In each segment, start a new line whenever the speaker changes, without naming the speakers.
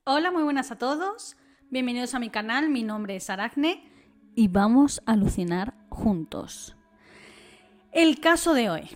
Hola, muy buenas a todos. Bienvenidos a mi canal, mi nombre es Aracne y vamos a alucinar juntos. El caso de hoy.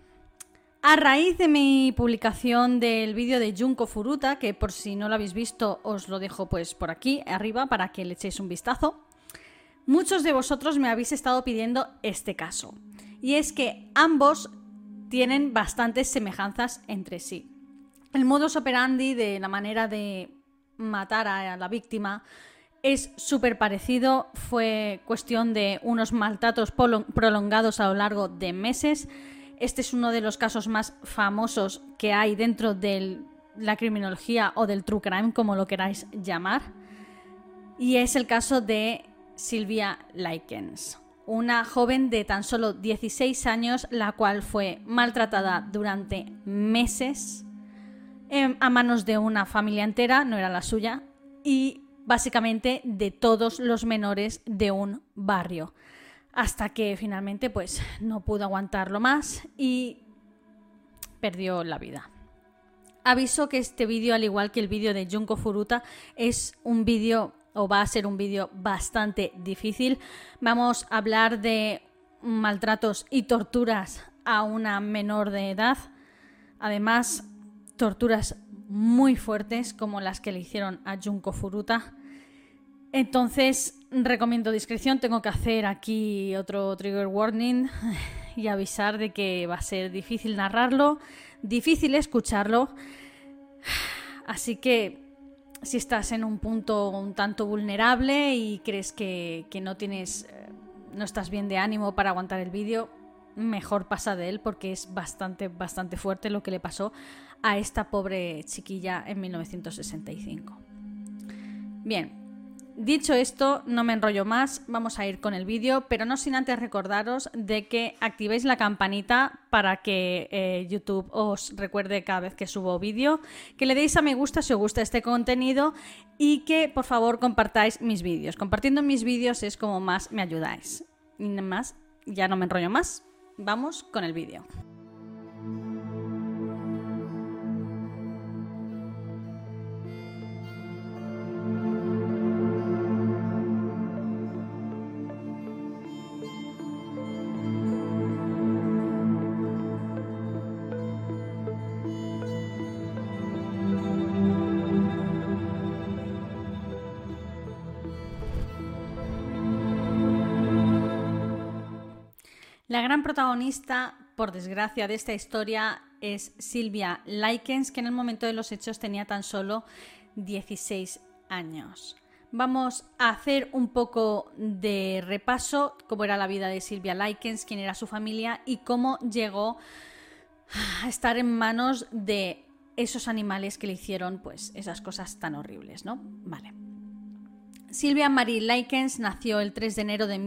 A raíz de mi publicación del vídeo de Junko Furuta, que por si no lo habéis visto os lo dejo pues por aquí arriba para que le echéis un vistazo, muchos de vosotros me habéis estado pidiendo este caso. Y es que ambos tienen bastantes semejanzas entre sí. El modus operandi de la manera de matar a la víctima es súper parecido. Fue cuestión de unos maltratos prolongados a lo largo de meses. Este es uno de los casos más famosos que hay dentro de la criminología o del true crime, como lo queráis llamar. Y es el caso de Sylvia Likens, una joven de tan solo 16 años, la cual fue maltratada durante meses a manos de una familia entera, no era la suya, y básicamente de todos los menores de un barrio. Hasta que finalmente pues no pudo aguantarlo más y perdió la vida. Aviso que este vídeo, al igual que el vídeo de Junko Furuta, es un vídeo o va a ser un vídeo bastante difícil. Vamos a hablar de maltratos y torturas a una menor de edad. Además, torturas muy fuertes como las que le hicieron a Junko Furuta. Entonces, recomiendo discreción. Tengo que hacer aquí otro trigger warning y avisar de que va a ser difícil narrarlo, difícil escucharlo. Así que si estás en un punto un tanto vulnerable y crees que no estás bien de ánimo para aguantar el vídeo, mejor pasa de él, porque es bastante fuerte lo que le pasó a esta pobre chiquilla en 1965. Bien, dicho esto, no me enrollo más, vamos a ir con el vídeo, pero no sin antes recordaros de que activéis la campanita para que YouTube os recuerde cada vez que subo vídeo, que le deis a me gusta si os gusta este contenido y que por favor compartáis mis vídeos. Compartiendo mis vídeos es como más me ayudáis. Y nada más, ya no me enrollo más, vamos con el vídeo. La gran protagonista, por desgracia, de esta historia es Sylvia Likens, que en el momento de los hechos tenía tan solo 16 años. Vamos a hacer un poco de repaso, cómo era la vida de Sylvia Likens, quién era su familia y cómo llegó a estar en manos de esos animales que le hicieron pues esas cosas tan horribles, ¿no? Vale. Sylvia Marie Likens nació el 3 de enero de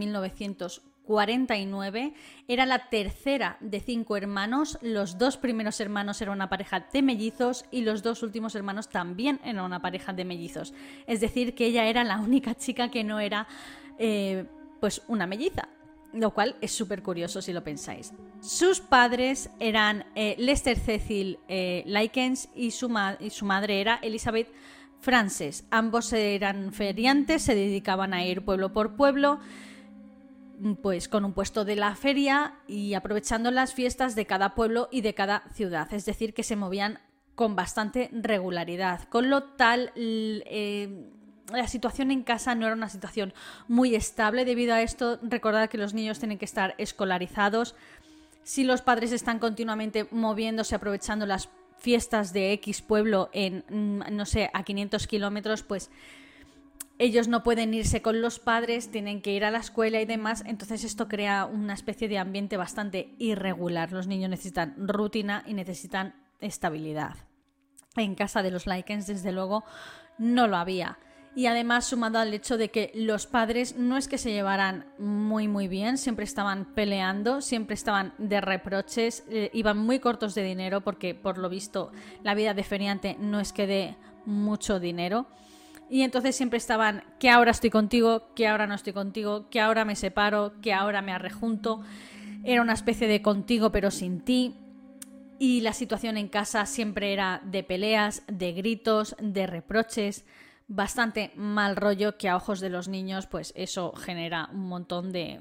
1949, era la tercera de 5 hermanos, los 2 primeros hermanos eran una pareja de mellizos y los 2 últimos hermanos también eran una pareja de mellizos, es decir que ella era la única chica que no era pues una melliza, lo cual es súper curioso si lo pensáis. Sus padres eran Lester Cecil Likens y su madre era Elizabeth Frances. Ambos eran feriantes, se dedicaban a ir pueblo por pueblo, pues con un puesto de la feria y aprovechando las fiestas de cada pueblo y de cada ciudad, es decir, que se movían con bastante regularidad, con lo tal la situación en casa no era una situación muy estable. Debido a esto, recordad que los niños tienen que estar escolarizados. Si los padres están continuamente moviéndose, aprovechando las fiestas de X pueblo en, no sé, a 500 kilómetros, pues ellos no pueden irse con los padres, tienen que ir a la escuela y demás, entonces esto crea una especie de ambiente bastante irregular. Los niños necesitan rutina y necesitan estabilidad. En casa de los Likens, desde luego, no lo había. Y además, sumado al hecho de que los padres no es que se llevaran muy bien, siempre estaban peleando, siempre estaban de reproches, iban muy cortos de dinero porque, por lo visto, la vida de feriante no es que dé mucho dinero. Y entonces siempre estaban, que ahora estoy contigo, que ahora no estoy contigo, que ahora me separo, que ahora me arrejunto. Era una especie de contigo pero sin ti. y la situación en casa siempre era de peleas, de gritos, de reproches, bastante mal rollo, que a ojos de los niños pues eso genera un montón de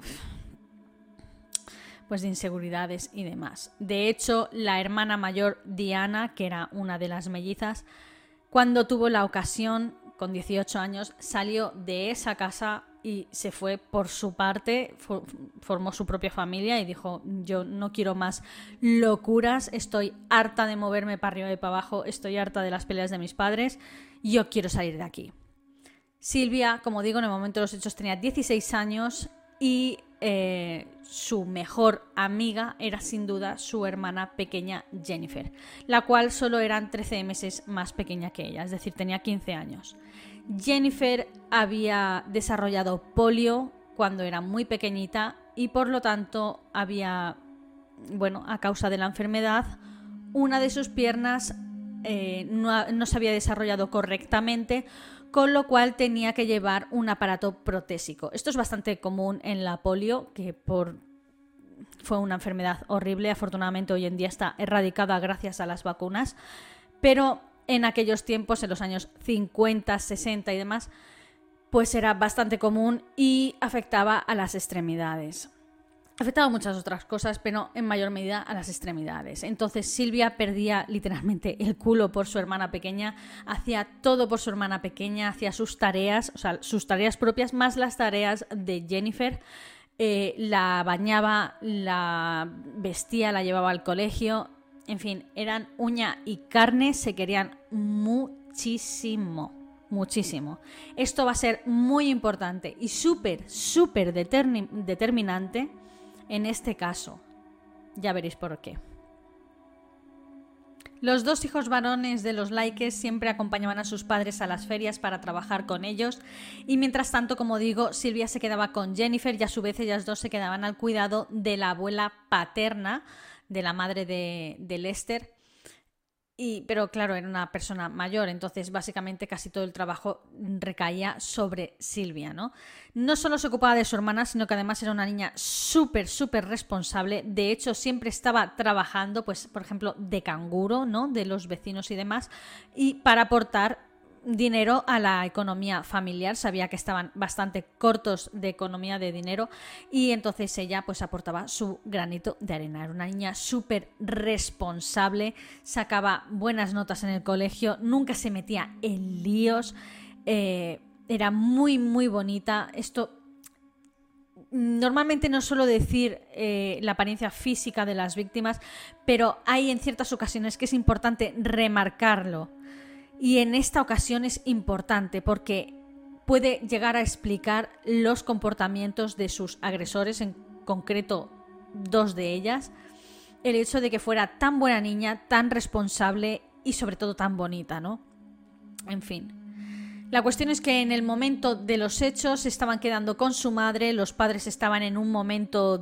inseguridades y demás. De hecho, la hermana mayor, Diana, que era una de las mellizas, cuando tuvo la ocasión, con 18 años, salió de esa casa y se fue por su parte, formó su propia familia y dijo: yo no quiero más locuras, estoy harta de moverme para arriba y para abajo, estoy harta de las peleas de mis padres, yo quiero salir de aquí. Silvia, como digo, en el momento de los hechos tenía 16 años y su mejor amiga era sin duda su hermana pequeña Jennifer, la cual solo eran 13 meses más pequeña que ella, es decir, tenía 15 años. Jennifer había desarrollado polio cuando era muy pequeñita y por lo tanto había, a causa de la enfermedad, una de sus piernas no se había desarrollado correctamente, con lo cual tenía que llevar un aparato protésico. Esto es bastante común en la polio, que fue una enfermedad horrible. Afortunadamente hoy en día está erradicada gracias a las vacunas, pero en aquellos tiempos, en los años 50, 60 y demás, pues era bastante común y afectaba a las extremidades. Afectaba a muchas otras cosas, pero en mayor medida a las extremidades. Entonces Silvia perdía literalmente el culo por su hermana pequeña, hacía todo por su hermana pequeña, hacía sus tareas, o sea, sus tareas propias más las tareas de Jennifer. La bañaba, la vestía, la llevaba al colegio. En fin, eran uña y carne, se querían muchísimo. Muchísimo. Esto va a ser muy importante y súper determinante en este caso. Ya veréis por qué. Los dos hijos varones de los Laikes siempre acompañaban a sus padres a las ferias para trabajar con ellos y mientras tanto, como digo, Silvia se quedaba con Jennifer y a su vez ellas dos se quedaban al cuidado de la abuela paterna, de la madre de Lester. Pero claro, era una persona mayor, entonces básicamente casi todo el trabajo recaía sobre Silvia, ¿no? No solo se ocupaba de su hermana, sino que además era una niña súper responsable. De hecho, siempre estaba trabajando, pues, por ejemplo, de canguro, ¿no? De los vecinos y demás, y para aportar dinero a la economía familiar. Sabía que estaban bastante cortos de economía de dinero y entonces ella pues aportaba su granito de arena. Era una niña súper responsable, sacaba buenas notas en el colegio, nunca se metía en líos, era muy bonita. Esto normalmente no suelo decir la apariencia física de las víctimas, pero hay en ciertas ocasiones que es importante remarcarlo. Y en esta ocasión es importante porque puede llegar a explicar los comportamientos de sus agresores, en concreto 2 de ellas. El hecho de que fuera tan buena niña, tan responsable y sobre todo tan bonita, ¿no? En fin. La cuestión es que en el momento de los hechos se estaban quedando con su madre, los padres estaban en un momento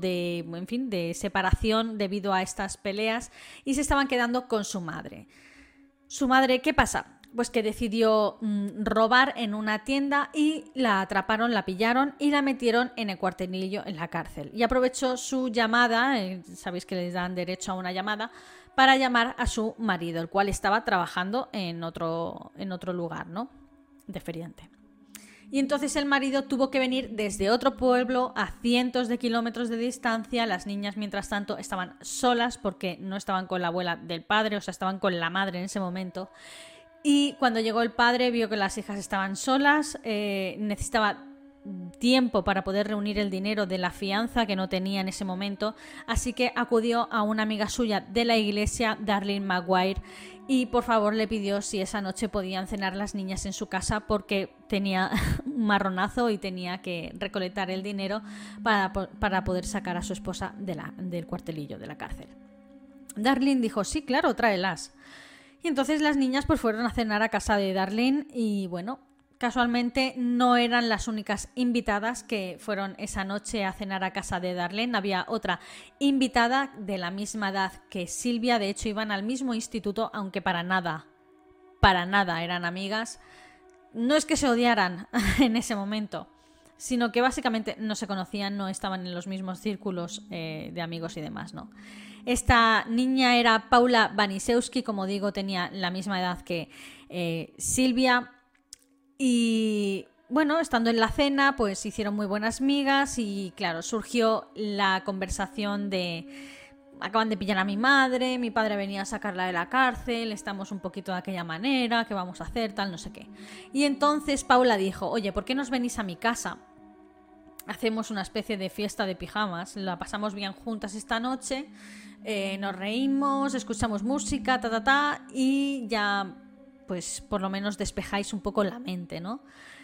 de separación debido a estas peleas y se estaban quedando con su madre. Su madre, ¿qué pasa? Pues que decidió robar en una tienda y la atraparon, la pillaron y la metieron en el cuartelillo, en la cárcel. Y aprovechó su llamada, sabéis que les dan derecho a una llamada, para llamar a su marido, el cual estaba trabajando en otro lugar, ¿no? De feriante. Y entonces el marido tuvo que venir desde otro pueblo a cientos de kilómetros de distancia. Las niñas, mientras tanto, estaban solas porque no estaban con la abuela del padre, o sea, estaban con la madre en ese momento. Y cuando llegó el padre vio que las hijas estaban solas, necesitaba tiempo para poder reunir el dinero de la fianza que no tenía en ese momento, así que acudió a una amiga suya de la iglesia, Darlene Maguire, y por favor le pidió si esa noche podían cenar las niñas en su casa porque tenía un marronazo y tenía que recolectar el dinero para poder sacar a su esposa del cuartelillo, de la cárcel. Darlene dijo: sí, claro, tráelas. Y entonces las niñas pues fueron a cenar a casa de Darlene y bueno, casualmente no eran las únicas invitadas que fueron esa noche a cenar a casa de Darlene. Había otra invitada de la misma edad que Silvia, de hecho iban al mismo instituto, aunque para nada eran amigas. No es que se odiaran en ese momento, sino que básicamente no se conocían, no estaban en los mismos círculos de amigos y demás, ¿no? Esta niña era Paula Banisewski, como digo, tenía la misma edad que Silvia. Y bueno, estando en la cena, pues hicieron muy buenas migas y claro, surgió la conversación de: acaban de pillar a mi madre, mi padre venía a sacarla de la cárcel, estamos un poquito de aquella manera, ¿qué vamos a hacer? Tal, no sé qué. Y entonces Paula dijo: oye, ¿por qué no os venís a mi casa? Hacemos una especie de fiesta de pijamas, la pasamos bien juntas esta noche, nos reímos, escuchamos música, y ya, pues por lo menos despejáis un poco la mente, ¿no?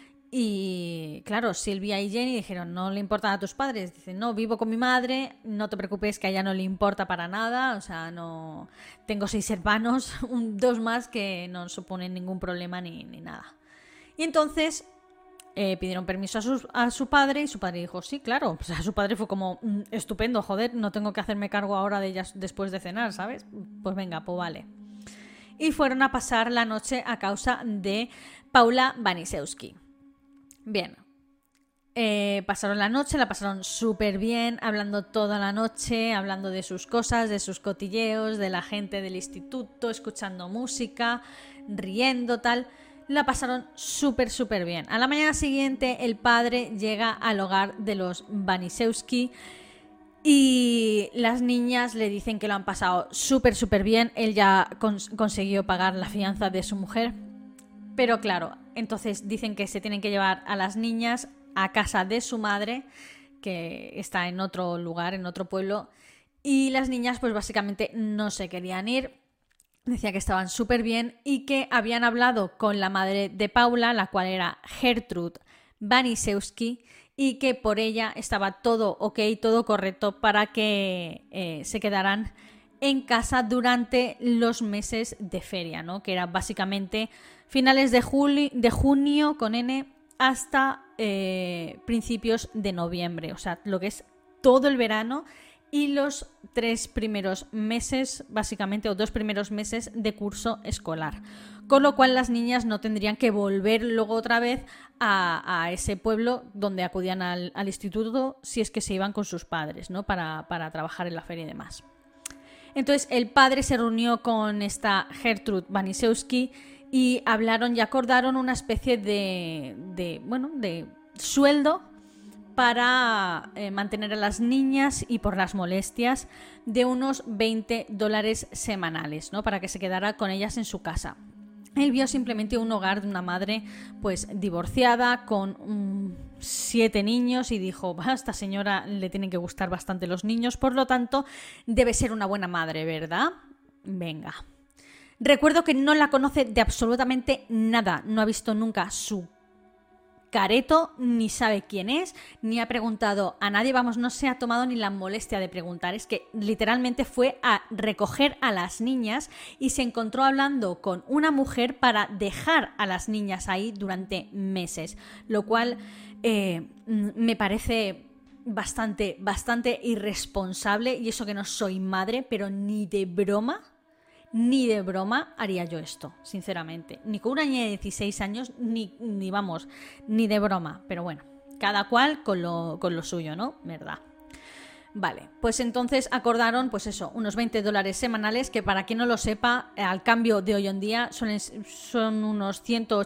Y claro, Silvia y Jenny dijeron: ¿no le importan a tus padres? Dicen: no, vivo con mi madre, no te preocupes que a ella no le importa para nada, o sea, no tengo 6 hermanos, 2 más que no suponen ningún problema ni nada. Y entonces pidieron permiso a su padre y su padre dijo: sí, claro. O sea, su padre fue como: estupendo, joder, no tengo que hacerme cargo ahora de ellas después de cenar, ¿sabes? Pues venga, pues vale. Y fueron a pasar la noche a causa de Paula Banisewski. Bien, pasaron la noche, la pasaron súper bien, hablando toda la noche, hablando de sus cosas, de sus cotilleos, de la gente del instituto, escuchando música, riendo, tal. La pasaron súper, súper bien. A la mañana siguiente, el padre llega al hogar de los Banisewski y las niñas le dicen que lo han pasado súper, súper bien. Él ya consiguió pagar la fianza de su mujer. Pero claro, entonces dicen que se tienen que llevar a las niñas a casa de su madre, que está en otro lugar, en otro pueblo, y las niñas pues básicamente no se querían ir. Decía que estaban súper bien y que habían hablado con la madre de Paula, la cual era Gertrude Banisewski, y que por ella estaba todo ok, todo correcto para que se quedaran en casa durante los meses de feria, ¿no? Que era básicamente finales de junio con N hasta principios de noviembre, o sea, lo que es todo el verano y los 3 primeros meses, básicamente, o 2 primeros meses de curso escolar. Con lo cual las niñas no tendrían que volver luego otra vez a ese pueblo donde acudían al instituto si es que se iban con sus padres, ¿no? Para trabajar en la feria y demás. Entonces el padre se reunió con esta Gertrude Banisewski y hablaron y acordaron una especie de sueldo para mantener a las niñas y por las molestias de unos $20 semanales, ¿no? Para que se quedara con ellas en su casa. Él vio simplemente un hogar de una madre pues divorciada con 7 niños y dijo: a esta señora le tienen que gustar bastante los niños, por lo tanto debe ser una buena madre, ¿verdad? Venga. Recuerdo que no la conoce de absolutamente nada, no ha visto nunca su careto, ni sabe quién es, ni ha preguntado a nadie, vamos, no se ha tomado ni la molestia de preguntar. Es que literalmente fue a recoger a las niñas y se encontró hablando con una mujer para dejar a las niñas ahí durante meses, lo cual me parece bastante irresponsable, y eso que no soy madre, pero ni de broma haría yo esto, sinceramente. Ni con una niña de 16 años, ni de broma. Pero bueno, cada cual con lo suyo, ¿no? ¿Verdad? Vale, pues entonces acordaron, pues eso, unos $20 semanales, que para quien no lo sepa, al cambio de hoy en día son unos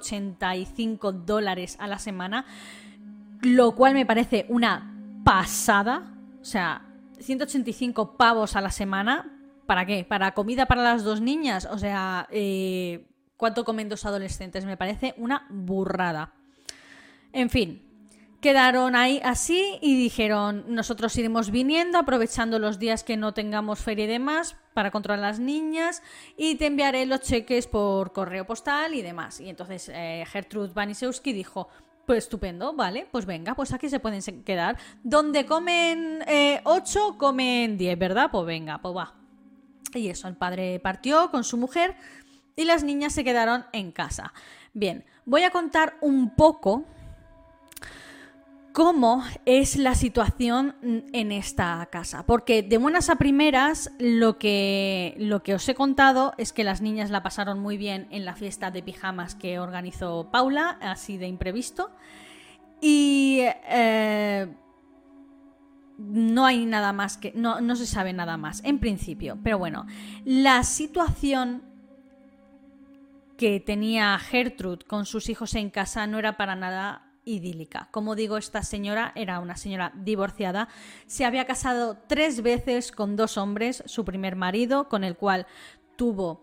$185 a la semana, lo cual me parece una pasada. O sea, 185 pavos a la semana. ¿Para qué? ¿Para comida para las 2 niñas? O sea, ¿cuánto comen 2 adolescentes? Me parece una burrada. En fin, quedaron ahí así y dijeron: nosotros iremos viniendo, aprovechando los días que no tengamos feria y demás, para controlar a las niñas, y te enviaré los cheques por correo postal y demás. Y entonces Gertrude Banisewski dijo: pues estupendo, vale, pues venga, pues aquí se pueden quedar. Donde comen 8, comen 10, ¿verdad? Pues venga, pues va. Y eso, el padre partió con su mujer y las niñas se quedaron en casa. Bien, voy a contar un poco cómo es la situación en esta casa, porque de buenas a primeras lo que os he contado es que las niñas la pasaron muy bien en la fiesta de pijamas que organizó Paula, así de imprevisto, y no hay nada más que... No se sabe nada más, en principio. Pero bueno, la situación que tenía Gertrude con sus hijos en casa no era para nada idílica. Como digo, esta señora era una señora divorciada, se había casado 3 veces con 2 hombres, su primer marido, con el cual tuvo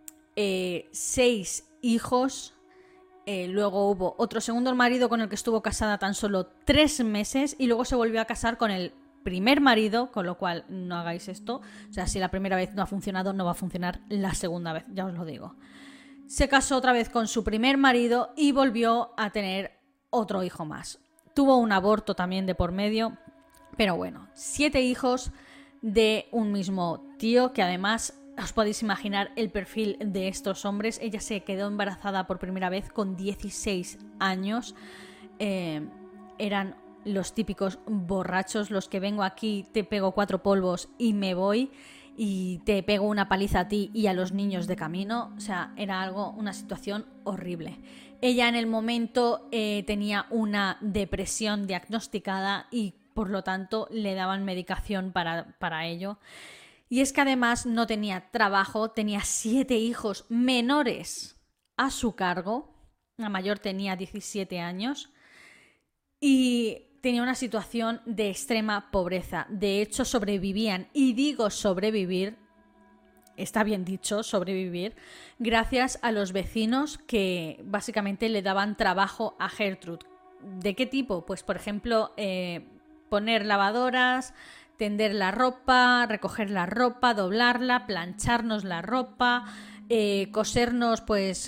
6 hijos, luego hubo otro segundo marido con el que estuvo casada tan solo 3 meses y luego se volvió a casar con el primer marido, con lo cual no hagáis esto, o sea, si la primera vez no ha funcionado, no va a funcionar la segunda vez, ya os lo digo. Se casó otra vez con su primer marido y volvió a tener otro hijo más. Tuvo un aborto también de por medio, pero bueno, 7 hijos de un mismo tío, que además os podéis imaginar el perfil de estos hombres. Ella se quedó embarazada por primera vez con 16 años. Eran los típicos borrachos, los que vengo aquí, te pego 4 polvos y me voy, y te pego una paliza a ti y a los niños de camino. O sea, era una situación horrible. Ella en el momento tenía una depresión diagnosticada y por lo tanto le daban medicación para ello. Y es que además no tenía trabajo, tenía 7 hijos menores a su cargo. La mayor tenía 17 años y tenía una situación de extrema pobreza. De hecho, sobrevivían, y digo sobrevivir, está bien dicho, sobrevivir, gracias a los vecinos que básicamente le daban trabajo a Gertrude. ¿De qué tipo? Pues, por ejemplo, poner lavadoras, tender la ropa, recoger la ropa, doblarla, plancharnos la ropa, cosernos, pues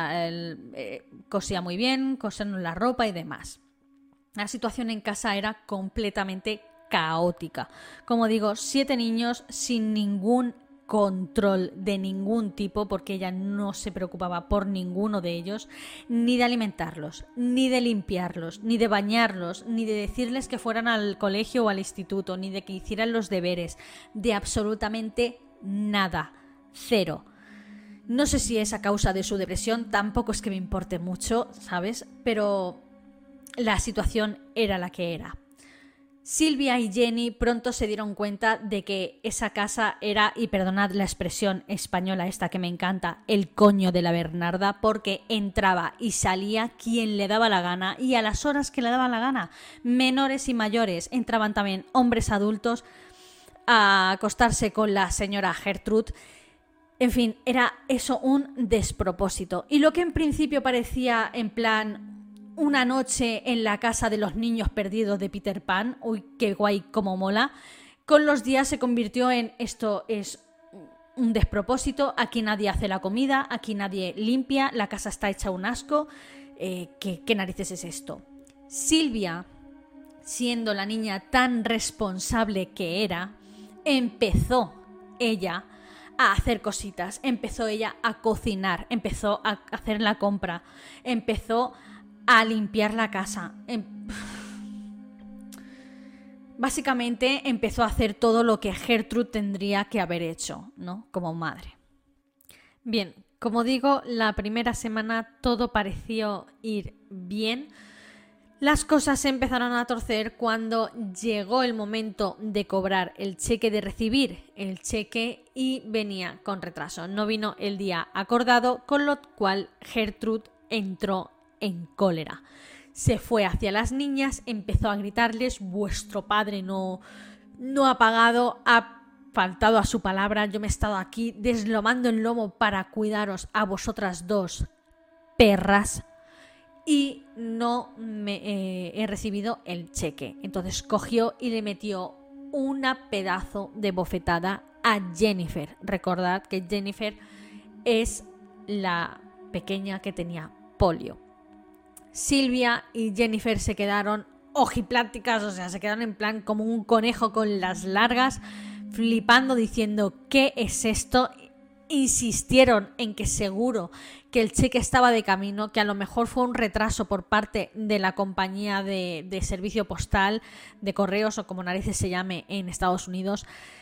cosía muy bien, cosernos la ropa y demás. La situación en casa era completamente caótica. Como digo, 7 niños sin ningún control de ningún tipo, porque ella no se preocupaba por ninguno de ellos, ni de alimentarlos, ni de limpiarlos, ni de bañarlos, ni de decirles que fueran al colegio o al instituto, ni de que hicieran los deberes, de absolutamente nada, 0. No sé si es a causa de su depresión, tampoco es que me importe mucho, ¿sabes? Pero la situación era la que era. Silvia y Jenny pronto se dieron cuenta de que esa casa era, y perdonad la expresión española esta que me encanta, el coño de la Bernarda, porque entraba y salía quien le daba la gana y a las horas que le daba la gana. Menores y mayores, entraban también hombres adultos a acostarse con la señora Gertrude. En fin, era eso un despropósito. Y lo que en principio parecía en plan una noche en la casa de los niños perdidos de Peter Pan, uy, qué guay, cómo mola, con los días se convirtió en esto es un despropósito, aquí nadie hace la comida, aquí nadie limpia, la casa está hecha un asco, ¿qué narices es esto? Silvia, siendo la niña tan responsable que era, empezó ella a hacer cositas, empezó ella a cocinar, empezó a hacer la compra, empezó a limpiar la casa. Básicamente empezó a hacer todo lo que Gertrude tendría que haber hecho, ¿no? Como madre. Bien, como digo, la primera semana todo pareció ir bien. Las cosas se empezaron a torcer cuando llegó el momento de cobrar el cheque, de recibir el cheque, y venía con retraso. No vino el día acordado, con lo cual Gertrude entró en cólera. Se fue hacia las niñas, empezó a gritarles: vuestro padre no ha pagado, ha faltado a su palabra, yo me he estado aquí deslomando el lomo para cuidaros a vosotras 2 perras y no me he recibido el cheque. Entonces cogió y le metió una pedazo de bofetada a Jennifer. Recordad que Jennifer es la pequeña que tenía polio. Silvia y Jennifer se quedaron ojipláticas, o sea, se quedaron en plan como un conejo con las largas, flipando, diciendo: ¿qué es esto? Insistieron en que seguro que el cheque estaba de camino, que a lo mejor fue un retraso por parte de la compañía de servicio postal, de correos o como narices se llame en Estados Unidos.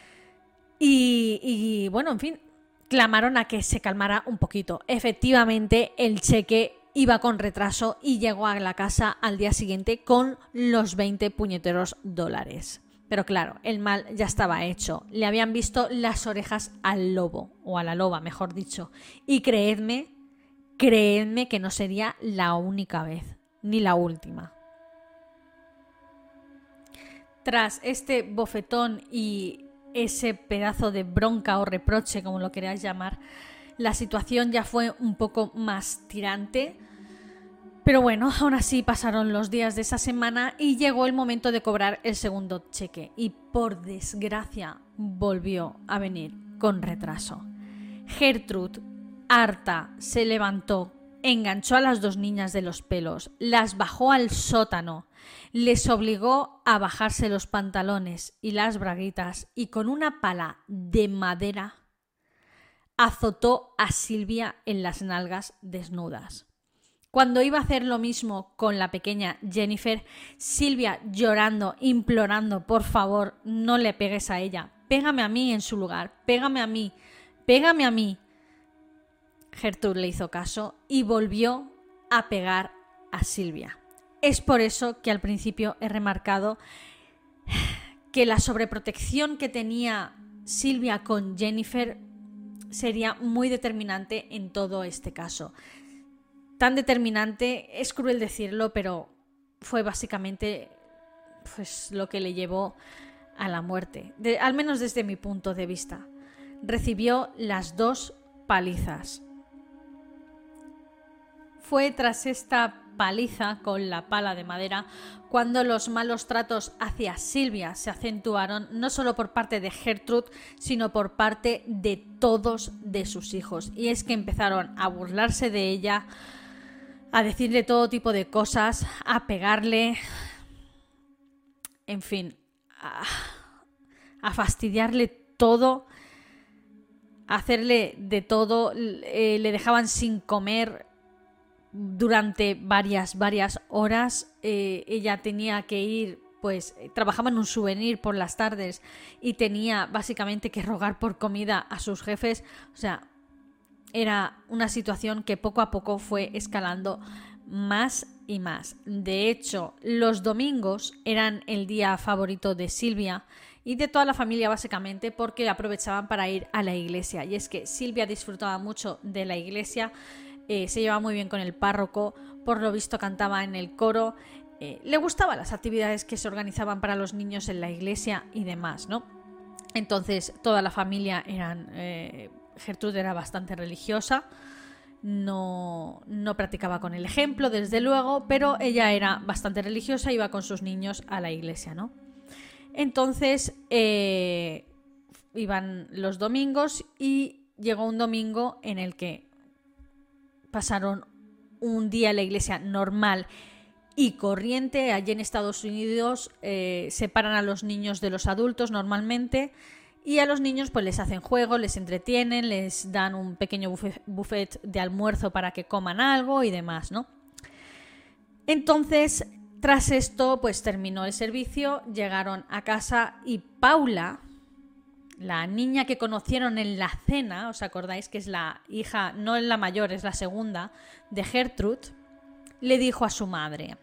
Y bueno, en fin, clamaron a que se calmara un poquito. Efectivamente, el cheque iba con retraso y llegó a la casa al día siguiente con los 20 puñeteros dólares. Pero claro, el mal ya estaba hecho. Le habían visto las orejas al lobo, o a la loba, mejor dicho. Y creedme que no sería la única vez, ni la última. Tras este bofetón y ese pedazo de bronca o reproche, como lo queráis llamar, la situación ya fue un poco más tirante. Pero bueno, aún así pasaron los días de esa semana y llegó el momento de cobrar el segundo cheque. Y por desgracia volvió a venir con retraso. Gertrude, harta, se levantó, enganchó a las dos niñas de los pelos, las bajó al sótano, les obligó a bajarse los pantalones y las braguitas y con una pala de madera azotó a Silvia en las nalgas desnudas. Cuando iba a hacer lo mismo con la pequeña Jennifer, Silvia llorando, implorando, por favor, no le pegues a ella, pégame a mí en su lugar, pégame a mí, pégame a mí. Gertrude le hizo caso y volvió a pegar a Silvia. Es por eso que al principio he remarcado que la sobreprotección que tenía Silvia con Jennifer sería muy determinante en todo este caso. Tan determinante, es cruel decirlo, pero fue básicamente pues, lo que le llevó a la muerte, al menos desde mi punto de vista. Recibió las 2 palizas. Fue tras esta paliza con la pala de madera cuando los malos tratos hacia Silvia se acentuaron no solo por parte de Gertrude, sino por parte de todos de sus hijos. Y es que empezaron a burlarse de ella, a decirle todo tipo de cosas, a pegarle, en fin, a fastidiarle todo, a hacerle de todo. Le dejaban sin comer durante varias horas. Ella tenía que ir, pues trabajaba en un souvenir por las tardes y tenía básicamente que rogar por comida a sus jefes. O sea, era una situación que poco a poco fue escalando más y más. De hecho, los domingos eran el día favorito de Silvia y de toda la familia básicamente, porque aprovechaban para ir a la iglesia. Y es que Silvia disfrutaba mucho de la iglesia, se llevaba muy bien con el párroco, por lo visto cantaba en el coro, le gustaban las actividades que se organizaban para los niños en la iglesia y demás, ¿no? Entonces toda la familia eran... Gertrude era bastante religiosa, no practicaba con el ejemplo, desde luego, pero ella era bastante religiosa, iba con sus niños a la iglesia, ¿no? Entonces iban los domingos y llegó un domingo en el que pasaron un día en la iglesia normal y corriente. Allí en Estados Unidos separan a los niños de los adultos normalmente. Y a los niños pues les hacen juegos, les entretienen, les dan un pequeño buffet de almuerzo para que coman algo y demás, ¿no? Entonces, tras esto, pues terminó el servicio, llegaron a casa y Paula, la niña que conocieron en la cena, ¿os acordáis que es la hija, no es la mayor, es la segunda, de Gertrude, le dijo a su madre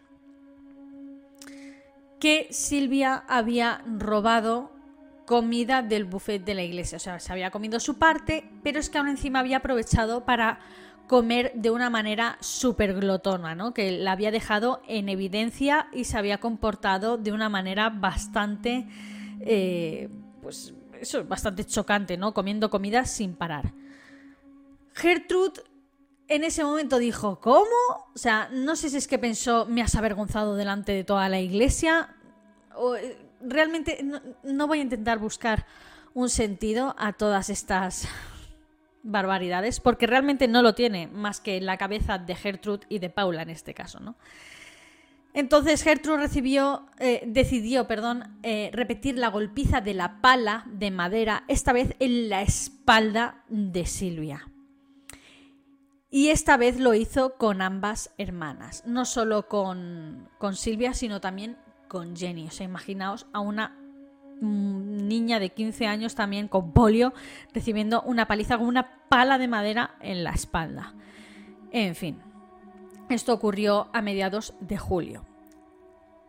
que Silvia había robado comida del buffet de la iglesia. O sea, se había comido su parte, pero es que aún encima había aprovechado para comer de una manera súper glotona, ¿no? Que la había dejado en evidencia y se había comportado de una manera bastante, pues eso, bastante chocante, ¿no? Comiendo comida sin parar. Gertrude en ese momento dijo, ¿cómo? O sea, no sé si es que pensó, me has avergonzado delante de toda la iglesia, o realmente no voy a intentar buscar un sentido a todas estas barbaridades, porque realmente no lo tiene más que en la cabeza de Gertrude y de Paula en este caso, ¿no? Entonces Gertrude decidió repetir la golpiza de la pala de madera, esta vez en la espalda de Silvia. Y esta vez lo hizo con ambas hermanas, no solo con Silvia, sino también con Jenny. O sea, imaginaos a una niña de 15 años también con polio recibiendo una paliza con una pala de madera en la espalda. En fin, esto ocurrió a mediados de julio.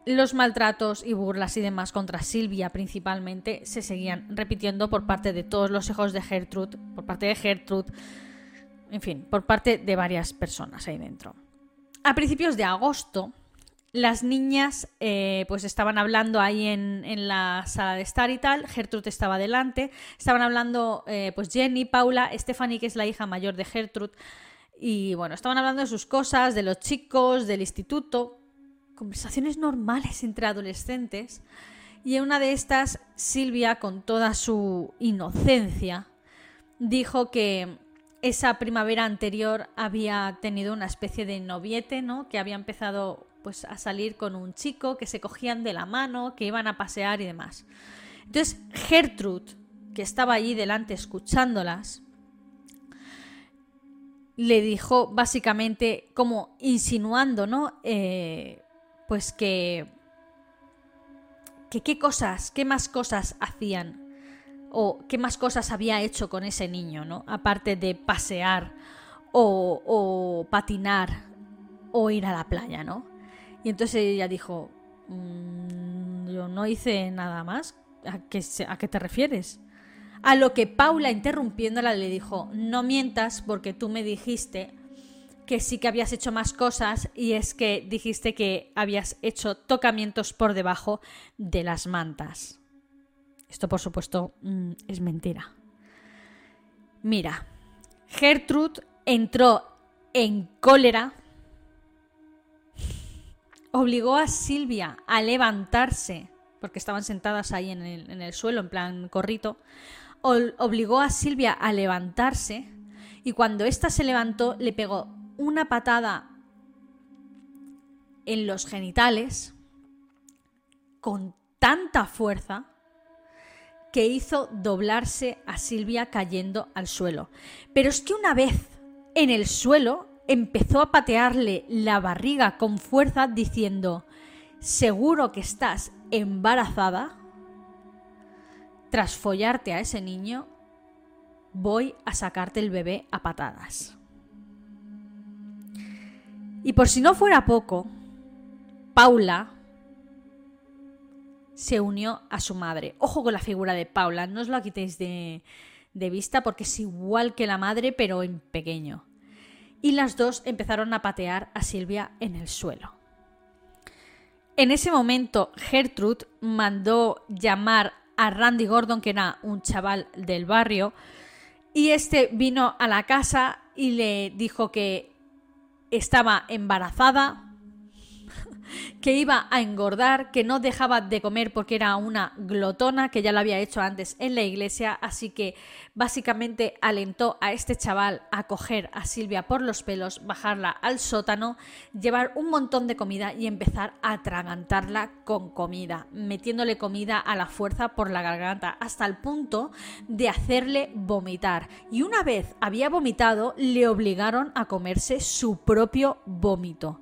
los maltratos y burlas y demás contra Silvia principalmente se seguían repitiendo por parte de todos los hijos de Gertrude, por parte de Gertrude, en fin, por parte de varias personas ahí dentro. A principios de agosto, las niñas pues estaban hablando ahí en la sala de estar y tal. Gertrude estaba delante. Estaban hablando pues Jenny, Paula, Stephanie, que es la hija mayor de Gertrude. Y bueno, estaban hablando de sus cosas, de los chicos, del instituto. Conversaciones normales entre adolescentes. Y en una de estas, Silvia, con toda su inocencia, dijo que esa primavera anterior había tenido una especie de noviete, ¿no? Que había empezado pues a salir con un chico, que se cogían de la mano, que iban a pasear y demás. Entonces Gertrude, que estaba allí delante escuchándolas, le dijo básicamente como insinuando, ¿no? Pues que qué cosas, qué más cosas hacían o qué más cosas había hecho con ese niño, ¿no? Aparte de pasear o patinar o ir a la playa, ¿no? Y entonces ella dijo, yo no hice nada más. ¿A qué te refieres? A lo que Paula, interrumpiéndola, le dijo, no mientas porque tú me dijiste que sí que habías hecho más cosas y es que dijiste que habías hecho tocamientos por debajo de las mantas. Esto, por supuesto, es mentira. Mira, Gertrude entró en cólera, obligó a Silvia a levantarse, porque estaban sentadas ahí en el suelo, en plan corrito, obligó a Silvia a levantarse y cuando ésta se levantó le pegó una patada en los genitales con tanta fuerza que hizo doblarse a Silvia cayendo al suelo. Pero es que una vez en el suelo empezó a patearle la barriga con fuerza diciendo, ¿seguro que estás embarazada? Tras follarte a ese niño, voy a sacarte el bebé a patadas. Y por si no fuera poco, Paula se unió a su madre. Ojo con la figura de Paula, no os la quitéis de vista porque es igual que la madre, pero en pequeño. Y las dos empezaron a patear a Silvia en el suelo. En ese momento, Gertrude mandó llamar a Randy Gordon, que era un chaval del barrio, y este vino a la casa y le dijo que estaba embarazada, que iba a engordar, que no dejaba de comer porque era una glotona, que ya lo había hecho antes en la iglesia, así que básicamente alentó a este chaval a coger a Silvia por los pelos, bajarla al sótano, llevar un montón de comida y empezar a atragantarla con comida, metiéndole comida a la fuerza por la garganta, hasta el punto de hacerle vomitar. Y una vez había vomitado, le obligaron a comerse su propio vómito.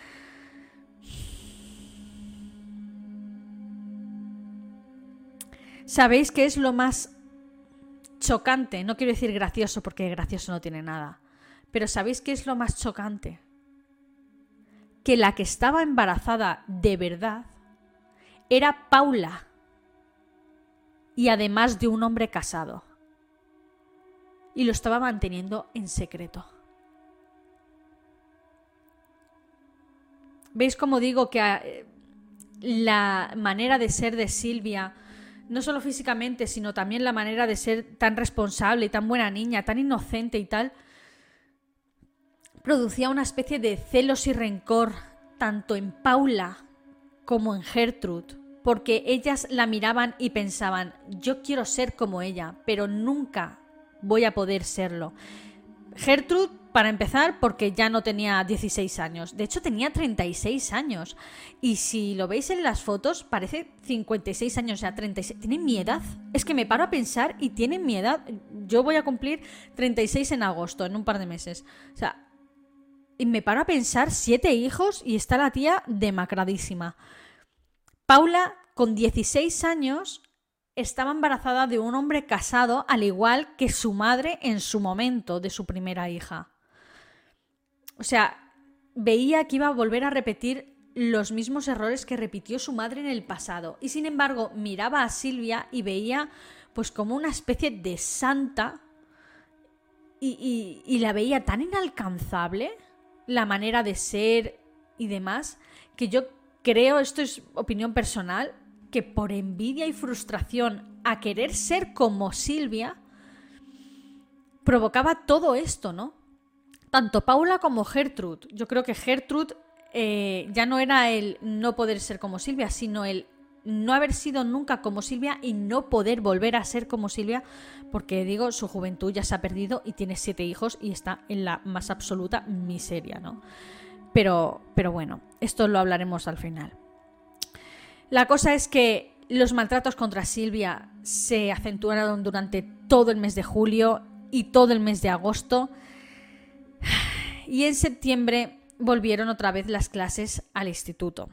¿Sabéis qué es lo más chocante? No quiero decir gracioso porque gracioso no tiene nada. Pero ¿sabéis qué es lo más chocante? Que la que estaba embarazada de verdad era Paula. Y además de un hombre casado. Y lo estaba manteniendo en secreto. ¿Veis cómo digo que la manera de ser de Silvia, no solo físicamente, sino también la manera de ser tan responsable y tan buena niña, tan inocente y tal, producía una especie de celos y rencor tanto en Paula como en Gertrude, porque ellas la miraban y pensaban, yo quiero ser como ella, pero nunca voy a poder serlo. Gertrude, para empezar, porque ya no tenía 16 años. De hecho, tenía 36 años. Y si lo veis en las fotos, parece 56 años, o sea, 36. ¿Tienen mi edad? Es que me paro a pensar y tienen mi edad. Yo voy a cumplir 36 en agosto, en un par de meses. O sea, y me paro a pensar, 7 hijos y está la tía demacradísima. Paula, con 16 años, estaba embarazada de un hombre casado, al igual que su madre en su momento, de su primera hija. O sea, veía que iba a volver a repetir los mismos errores que repitió su madre en el pasado. Y sin embargo, miraba a Silvia y veía pues como una especie de santa y la veía tan inalcanzable, la manera de ser y demás, que yo creo, esto es opinión personal, que por envidia y frustración a querer ser como Silvia, provocaba todo esto, ¿no? Tanto Paula como Gertrude. Yo creo que Gertrude ya no era el no poder ser como Silvia, sino el no haber sido nunca como Silvia y no poder volver a ser como Silvia, porque digo, su juventud ya se ha perdido y tiene 7 hijos y está en la más absoluta miseria, ¿no? Pero bueno, esto lo hablaremos al final. La cosa es que los maltratos contra Silvia se acentuaron durante todo el mes de julio y todo el mes de agosto, y en septiembre volvieron otra vez las clases al instituto.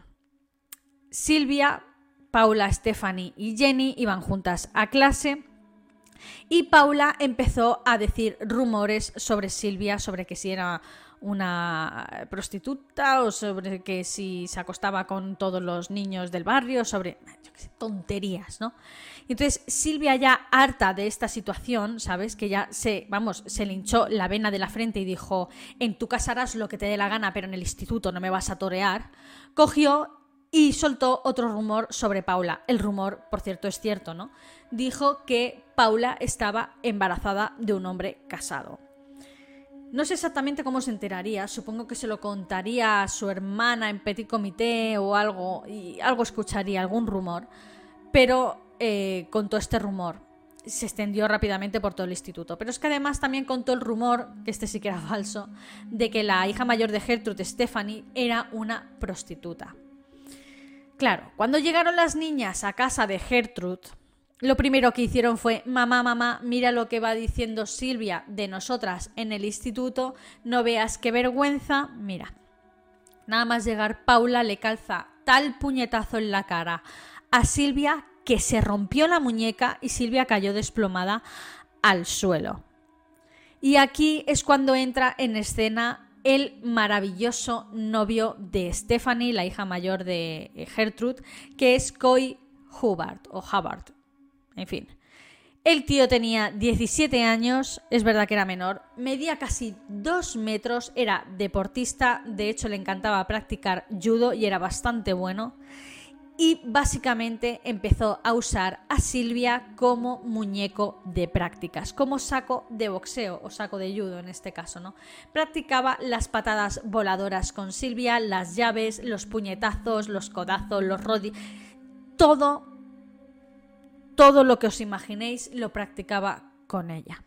Silvia, Paula, Stephanie y Jenny iban juntas a clase y Paula empezó a decir rumores sobre Silvia, sobre que si era una prostituta o sobre que si se acostaba con todos los niños del barrio, sobre tonterías, ¿no? Y entonces Silvia, ya harta de esta situación, ¿sabes? Que ya se le hinchó la vena de la frente y dijo: en tu casa harás lo que te dé la gana, pero en el instituto no me vas a torear. Cogió y soltó otro rumor sobre Paula. El rumor, por cierto, es cierto, ¿no? Dijo que Paula estaba embarazada de un hombre casado. No sé exactamente cómo se enteraría, supongo que se lo contaría a su hermana en petit comité o algo, y algo escucharía, algún rumor, pero contó este rumor. Se extendió rápidamente por todo el instituto. Pero es que además también contó el rumor, que este sí que era falso, de que la hija mayor de Gertrude, Stephanie, era una prostituta. Claro, cuando llegaron las niñas a casa de Gertrude, lo primero que hicieron fue: mamá, mira lo que va diciendo Silvia de nosotras en el instituto, no veas qué vergüenza. Mira, nada más llegar, Paula le calza tal puñetazo en la cara a Silvia que se rompió la muñeca y Silvia cayó desplomada al suelo. Y aquí es cuando entra en escena el maravilloso novio de Stephanie, la hija mayor de Gertrude, que es Coy Hubbard, o Hubbard. En fin, el tío tenía 17 años, es verdad que era menor, medía casi 2 metros, era deportista, de hecho le encantaba practicar judo y era bastante bueno. Y básicamente empezó a usar a Silvia como muñeco de prácticas, como saco de boxeo o saco de judo en este caso, ¿no? Practicaba las patadas voladoras con Silvia, las llaves, los puñetazos, los codazos, los rodillos, todo lo que os imaginéis lo practicaba con ella.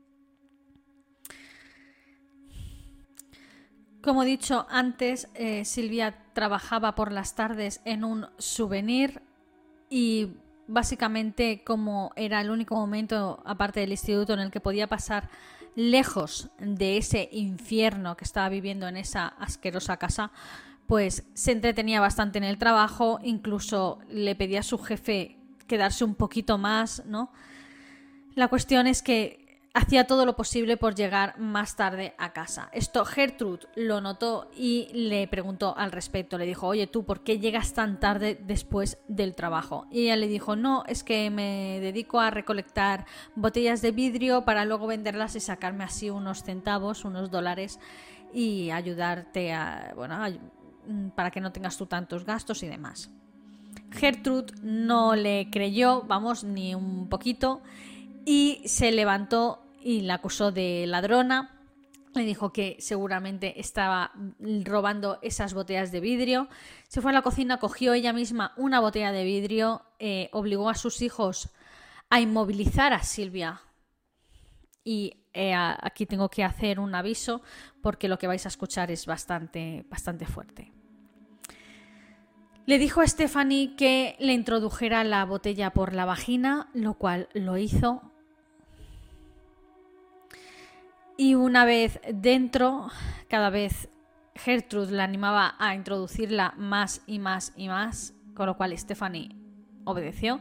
Como he dicho antes, Silvia trabajaba por las tardes en un souvenir y básicamente, como era el único momento aparte del instituto en el que podía pasar lejos de ese infierno que estaba viviendo en esa asquerosa casa, pues se entretenía bastante en el trabajo, incluso le pedía a su jefe quedarse un poquito más, ¿no? La cuestión es que hacía todo lo posible por llegar más tarde a casa. Esto Gertrude lo notó y le preguntó al respecto. Le dijo: oye, ¿tú por qué llegas tan tarde después del trabajo? Y ella le dijo: no, es que me dedico a recolectar botellas de vidrio para luego venderlas y sacarme así unos centavos, unos dólares, y ayudarte para que no tengas tú tantos gastos y demás. Gertrude no le creyó, ni un poquito, y se levantó y la acusó de ladrona. Le dijo que seguramente estaba robando esas botellas de vidrio. Se fue a la cocina, cogió ella misma una botella de vidrio, obligó a sus hijos a inmovilizar a Silvia. Y aquí tengo que hacer un aviso porque lo que vais a escuchar es bastante fuerte. Le dijo a Stephanie que le introdujera la botella por la vagina, lo cual lo hizo. Y una vez dentro, cada vez Gertrude la animaba a introducirla más y más y más, con lo cual Stephanie obedeció.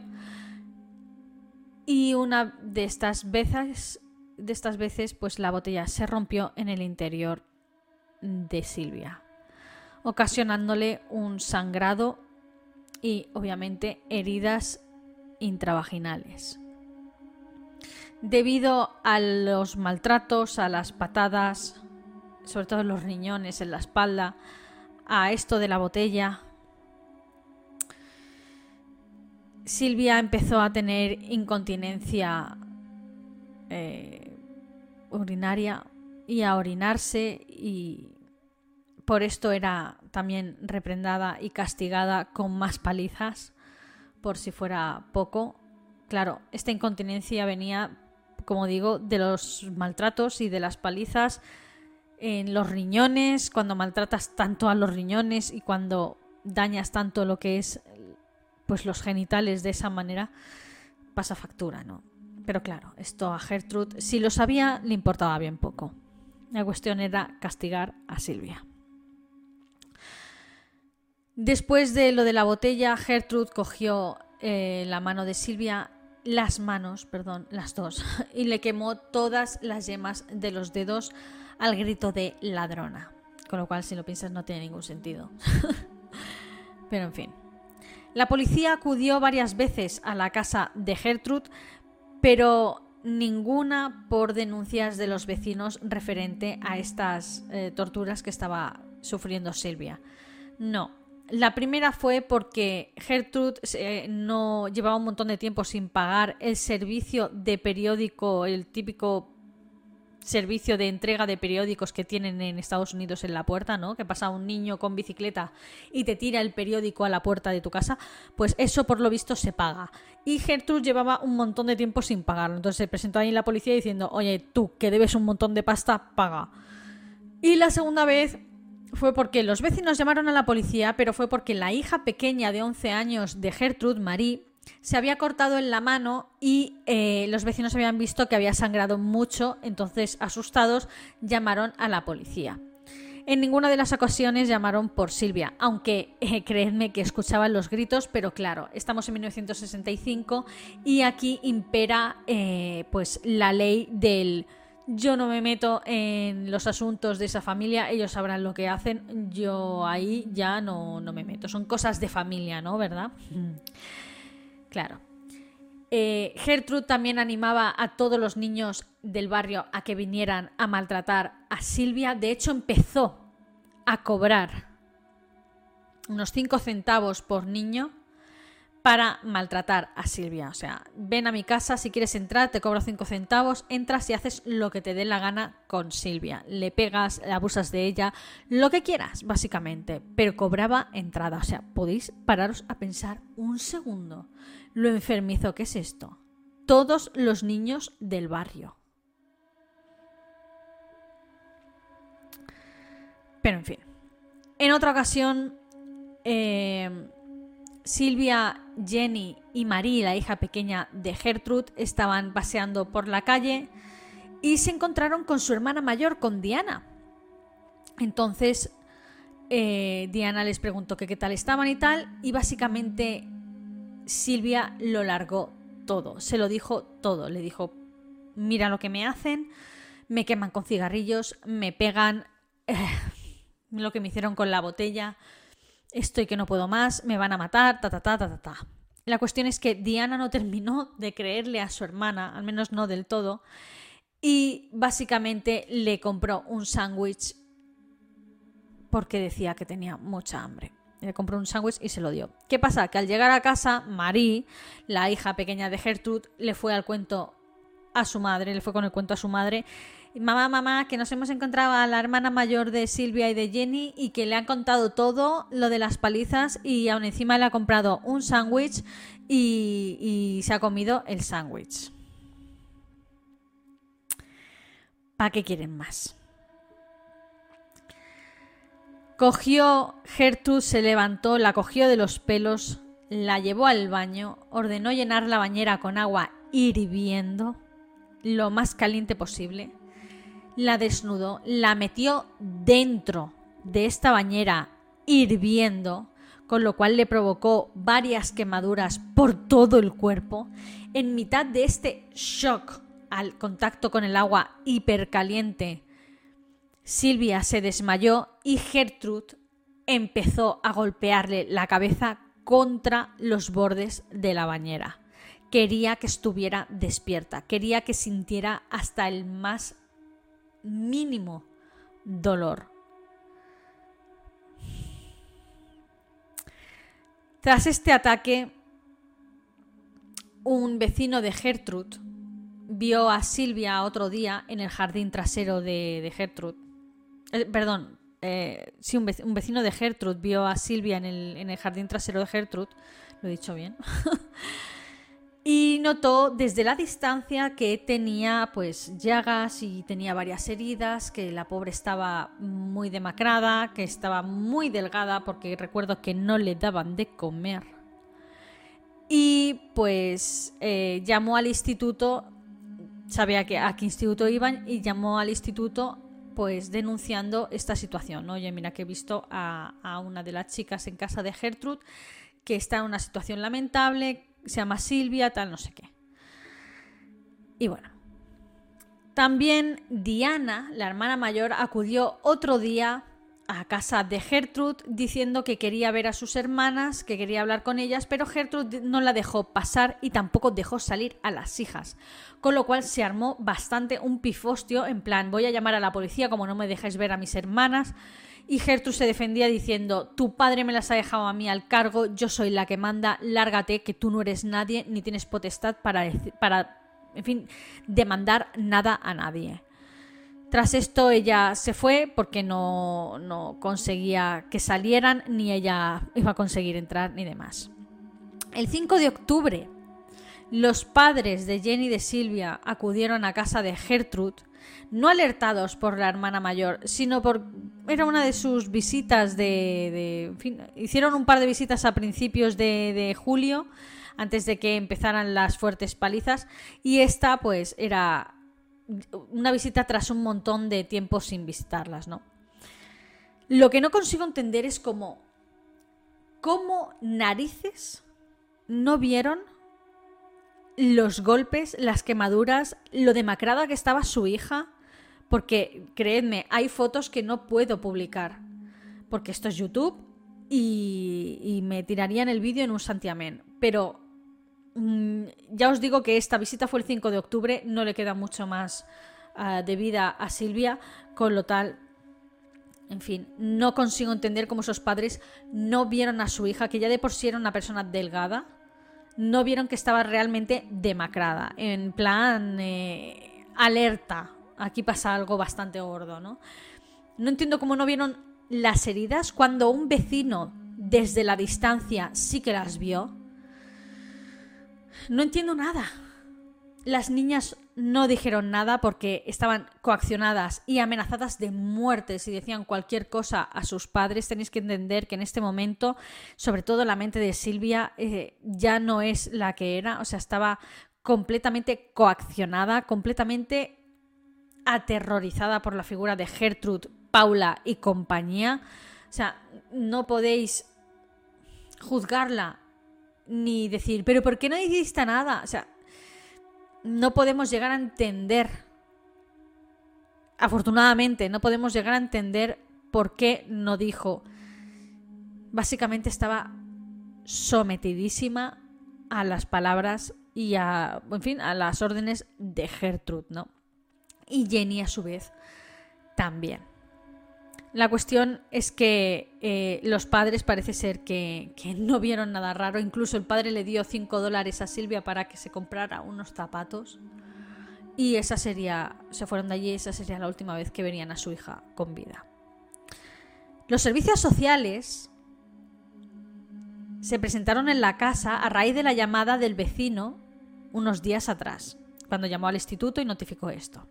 Y una de estas veces, pues la botella se rompió en el interior de Silvia. ocasionándole un sangrado y obviamente heridas intravaginales. Debido a los maltratos, a las patadas, sobre todo en los riñones, en la espalda, a esto de la botella, Silvia empezó a tener incontinencia urinaria y a orinarse, y por esto era también reprendada y castigada con más palizas, por si fuera poco. Claro, esta incontinencia venía, como digo, de los maltratos y de las palizas en los riñones. Cuando maltratas tanto a los riñones y cuando dañas tanto lo que es pues los genitales de esa manera, pasa factura, ¿no? Pero claro, esto a Gertrude, si lo sabía, le importaba bien poco. La cuestión era castigar a Silvia. Después de lo de la botella, Gertrude cogió las manos de Silvia, las dos, y le quemó todas las yemas de los dedos al grito de ladrona. Con lo cual, si lo piensas, no tiene ningún sentido. Pero en fin. La policía acudió varias veces a la casa de Gertrude, pero ninguna por denuncias de los vecinos referente a estas torturas que estaba sufriendo Silvia. No. La primera fue porque Gertrude no llevaba un montón de tiempo sin pagar el servicio de periódico, el típico servicio de entrega de periódicos que tienen en Estados Unidos en la puerta, ¿no? Que pasa un niño con bicicleta y te tira el periódico a la puerta de tu casa. Pues eso, por lo visto, se paga. Y Gertrude llevaba un montón de tiempo sin pagarlo. Entonces se presentó ahí en la policía diciendo: oye, tú, que debes un montón de pasta, paga. Y la segunda vez fue porque los vecinos llamaron a la policía, pero fue porque la hija pequeña de 11 años de Gertrude, Marie, se había cortado en la mano y los vecinos habían visto que había sangrado mucho. Entonces, asustados, llamaron a la policía. En ninguna de las ocasiones llamaron por Silvia, aunque creedme que escuchaban los gritos, pero claro, estamos en 1965 y aquí impera pues la ley del yo no me meto en los asuntos de esa familia, ellos sabrán lo que hacen, yo ahí ya no me meto. Son cosas de familia, ¿no? ¿Verdad? Claro. Gertrude también animaba a todos los niños del barrio a que vinieran a maltratar a Silvia. De hecho, empezó a cobrar unos 5 centavos por niño para maltratar a Silvia. O sea, ven a mi casa, si quieres entrar, te cobro 5 centavos, entras y haces lo que te dé la gana con Silvia. Le pegas, le abusas de ella, lo que quieras, básicamente. Pero cobraba entrada. O sea, podéis pararos a pensar un segundo lo enfermizo que es esto. Todos los niños del barrio. Pero en fin. En otra ocasión, Silvia, Jenny y Marie, la hija pequeña de Gertrude, estaban paseando por la calle y se encontraron con su hermana mayor, con Diana. Entonces, Diana les preguntó que qué tal estaban y tal, y básicamente Silvia lo largó todo, se lo dijo todo. Le dijo: mira lo que me hacen, me queman con cigarrillos, me pegan, lo que me hicieron con la botella, estoy que no puedo más, me van a matar, ta. La cuestión es que Diana no terminó de creerle a su hermana, al menos no del todo, y básicamente le compró un sándwich porque decía que tenía mucha hambre. Le compró un sándwich y se lo dio. ¿Qué pasa? Que al llegar a casa, Marie, la hija pequeña de Gertrude, le fue con el cuento a su madre. Mamá, que nos hemos encontrado a la hermana mayor de Silvia y de Jenny y que le han contado todo lo de las palizas y aún encima le ha comprado un sándwich y se ha comido el sándwich. ¿Para qué quieren más? Gertrude se levantó, la cogió de los pelos, la llevó al baño, ordenó llenar la bañera con agua hirviendo, lo más caliente posible, la desnudó, la metió dentro de esta bañera hirviendo, con lo cual le provocó varias quemaduras por todo el cuerpo. En mitad de este shock al contacto con el agua hipercaliente, Silvia se desmayó y Gertrude empezó a golpearle la cabeza contra los bordes de la bañera. Quería que estuviera despierta, quería que sintiera hasta el más mínimo dolor. Tras este ataque, un vecino de Gertrude vio a Silvia otro día en el jardín trasero de Gertrude. Un vecino de Gertrude vio a Silvia en el jardín trasero de Gertrude. Lo he dicho bien. Y notó desde la distancia que tenía pues llagas y tenía varias heridas, que la pobre estaba muy demacrada, que estaba muy delgada porque recuerdo que no le daban de comer. Y pues llamó al instituto, sabía a qué instituto iban y llamó al instituto pues denunciando esta situación, ¿no? Oye, mira que he visto a una de las chicas en casa de Gertrude que está en una situación lamentable, se llama Silvia, tal, no sé qué. Y bueno, también Diana, la hermana mayor, acudió otro día a casa de Gertrude diciendo que quería ver a sus hermanas, que quería hablar con ellas, pero Gertrude no la dejó pasar y tampoco dejó salir a las hijas, con lo cual se armó bastante un pifostio, en plan, voy a llamar a la policía como no me dejáis ver a mis hermanas. Y Gertrude se defendía diciendo, tu padre me las ha dejado a mí al cargo, yo soy la que manda, lárgate, que tú no eres nadie ni tienes potestad para en fin, demandar nada a nadie. Tras esto ella se fue porque no conseguía que salieran, ni ella iba a conseguir entrar ni demás. El 5 de octubre, los padres de Jenny y de Silvia acudieron a casa de Gertrude, no alertados por la hermana mayor, sino era una de sus visitas en fin, hicieron un par de visitas a principios de julio, antes de que empezaran las fuertes palizas, y esta pues era una visita tras un montón de tiempo sin visitarlas, ¿no? Lo que no consigo entender es cómo narices no vieron los golpes, las quemaduras, lo demacrada que estaba su hija, porque creedme, hay fotos que no puedo publicar, porque esto es YouTube y me tirarían el vídeo en un santiamén, pero ya os digo que esta visita fue el 5 de octubre, no le queda mucho más de vida a Silvia, con lo tal, en fin, no consigo entender cómo esos padres no vieron a su hija, que ya de por sí era una persona delgada, no vieron que estaba realmente demacrada, en plan alerta, aquí pasa algo bastante gordo, ¿no? No entiendo cómo no vieron las heridas cuando un vecino desde la distancia sí que las vio. No entiendo nada. Las niñas no dijeron nada porque estaban coaccionadas y amenazadas de muerte si decían cualquier cosa a sus padres. Tenéis que entender que en este momento, sobre todo la mente de Silvia, ya no es la que era. O sea, estaba completamente coaccionada, completamente aterrorizada por la figura de Gertrude, Paula y compañía. O sea, no podéis juzgarla ni decir, pero ¿por qué no hiciste nada? O sea, no podemos llegar a entender, afortunadamente, no podemos llegar a entender por qué no dijo. Básicamente estaba sometidísima a las palabras y a las órdenes de Gertrude, ¿no? Y Jenny, a su vez, también. La cuestión es que los padres parece ser que no vieron nada raro. Incluso el padre le dio $5 a Silvia para que se comprara unos zapatos. Y se fueron de allí, esa sería la última vez que verían a su hija con vida. Los servicios sociales se presentaron en la casa a raíz de la llamada del vecino unos días atrás, cuando llamó al instituto y notificó esto.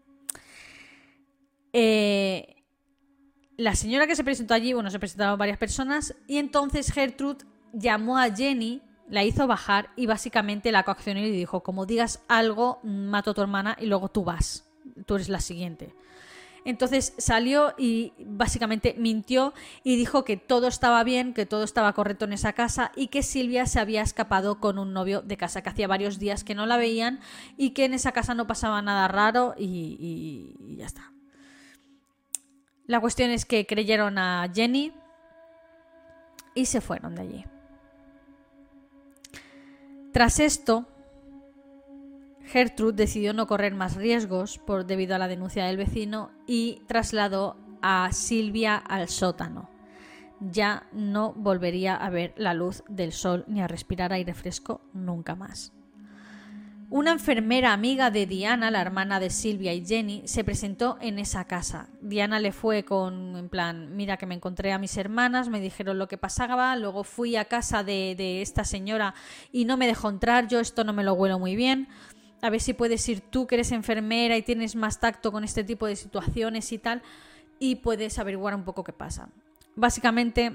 La señora que se presentó allí, se presentaron varias personas y entonces Gertrude llamó a Jenny, la hizo bajar y básicamente la coaccionó y le dijo, como digas algo, mato a tu hermana y luego tú eres la siguiente. Entonces salió y básicamente mintió y dijo que todo estaba bien, que todo estaba correcto en esa casa y que Silvia se había escapado con un novio de casa, que hacía varios días que no la veían y que en esa casa no pasaba nada raro y ya está. La cuestión es que creyeron a Jenny y se fueron de allí. Tras esto, Gertrude decidió no correr más riesgos debido a la denuncia del vecino y trasladó a Silvia al sótano. Ya no volvería a ver la luz del sol ni a respirar aire fresco nunca más. Una enfermera amiga de Diana, la hermana de Silvia y Jenny, se presentó en esa casa. Diana le fue en plan, mira que me encontré a mis hermanas, me dijeron lo que pasaba, luego fui a casa de esta señora y no me dejó entrar, yo esto no me lo huelo muy bien, a ver si puedes ir tú que eres enfermera y tienes más tacto con este tipo de situaciones y tal, y puedes averiguar un poco qué pasa. Básicamente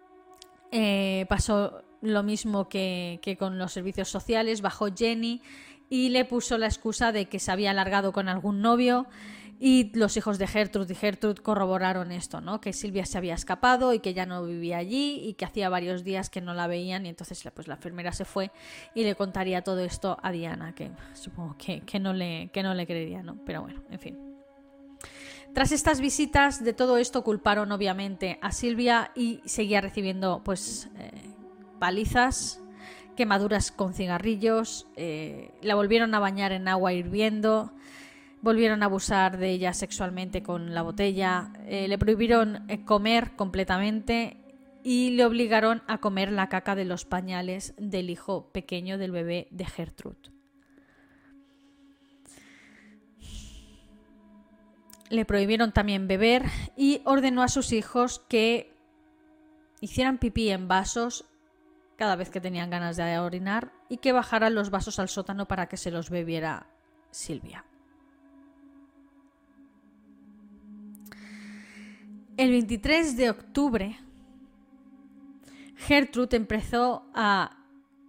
pasó lo mismo que con los servicios sociales, bajó Jenny y le puso la excusa de que se había alargado con algún novio y los hijos de Gertrude corroboraron esto, ¿no? Que Silvia se había escapado y que ya no vivía allí y que hacía varios días que no la veían y entonces pues la enfermera se fue y le contaría todo esto a Diana, que supongo que no le creería, ¿no? Pero bueno, en fin. Tras estas visitas, de todo esto culparon obviamente a Silvia y seguía recibiendo pues palizas, quemaduras con cigarrillos, la volvieron a bañar en agua hirviendo, volvieron a abusar de ella sexualmente con la botella, le prohibieron comer completamente y le obligaron a comer la caca de los pañales del hijo pequeño del bebé de Gertrude. Le prohibieron también beber y ordenó a sus hijos que hicieran pipí en vasos cada vez que tenían ganas de orinar y que bajaran los vasos al sótano para que se los bebiera Silvia. El 23 de octubre, Gertrude empezó a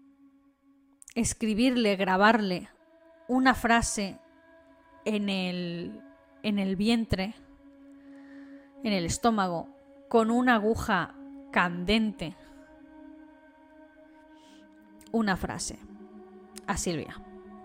grabarle una frase en el vientre, en el estómago, con una aguja candente. Una frase a Silvia.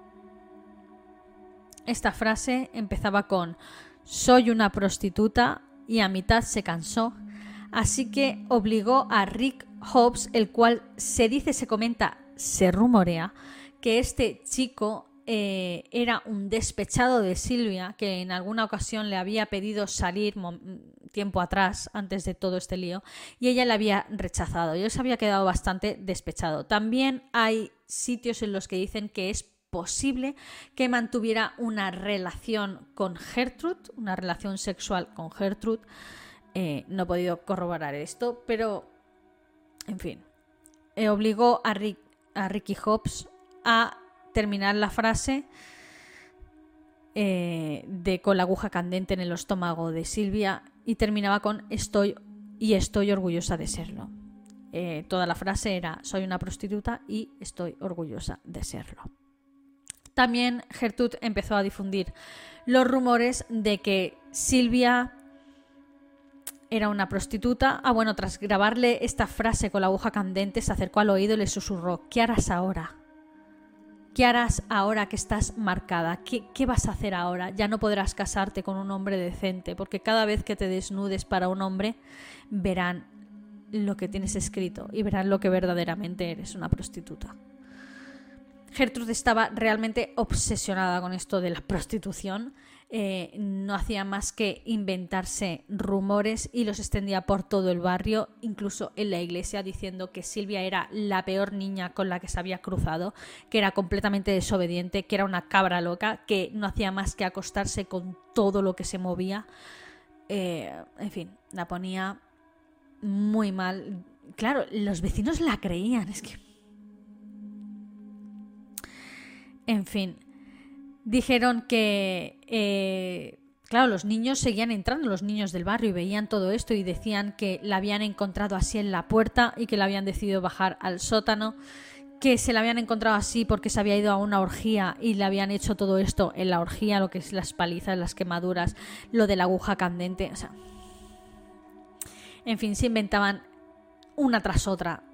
Esta frase empezaba con: soy una prostituta, y a mitad se cansó, así que obligó a Rick Hobbs, el cual se comenta, se rumorea, que este chico era un despechado de Silvia, que en alguna ocasión le había pedido salir tiempo atrás, antes de todo este lío, y ella le había rechazado y él se había quedado bastante despechado. También hay sitios en los que dicen que es posible que mantuviera una relación con Gertrude, una relación sexual con Gertrude. No he podido corroborar esto, pero en fin, obligó a Ricky Hobbs a terminar la frase con la aguja candente en el estómago de Silvia y terminaba con estoy orgullosa de serlo. Toda la frase era soy una prostituta y estoy orgullosa de serlo. También Gertrude empezó a difundir los rumores de que Silvia era una prostituta. Bueno, tras grabarle esta frase con la aguja candente, se acercó al oído y le susurró: ¿qué harás ahora? ¿Qué harás ahora que estás marcada? ¿Qué vas a hacer ahora? Ya no podrás casarte con un hombre decente, porque cada vez que te desnudes para un hombre, verán lo que tienes escrito y verán lo que verdaderamente eres, una prostituta. Gertrude estaba realmente obsesionada con esto de la prostitución. No hacía más que inventarse rumores y los extendía por todo el barrio, incluso en la iglesia, diciendo que Silvia era la peor niña con la que se había cruzado, que era completamente desobediente, que era una cabra loca, que no hacía más que acostarse con todo lo que se movía. En fin, la ponía muy mal. Claro, los vecinos la creían, es que... En fin, dijeron que, claro, los niños seguían entrando, los niños del barrio, y veían todo esto y decían que la habían encontrado así en la puerta y que la habían decidido bajar al sótano, que se la habían encontrado así porque se había ido a una orgía y le habían hecho todo esto en la orgía, lo que es las palizas, las quemaduras, lo de la aguja candente, o sea... En fin, se inventaban una tras otra.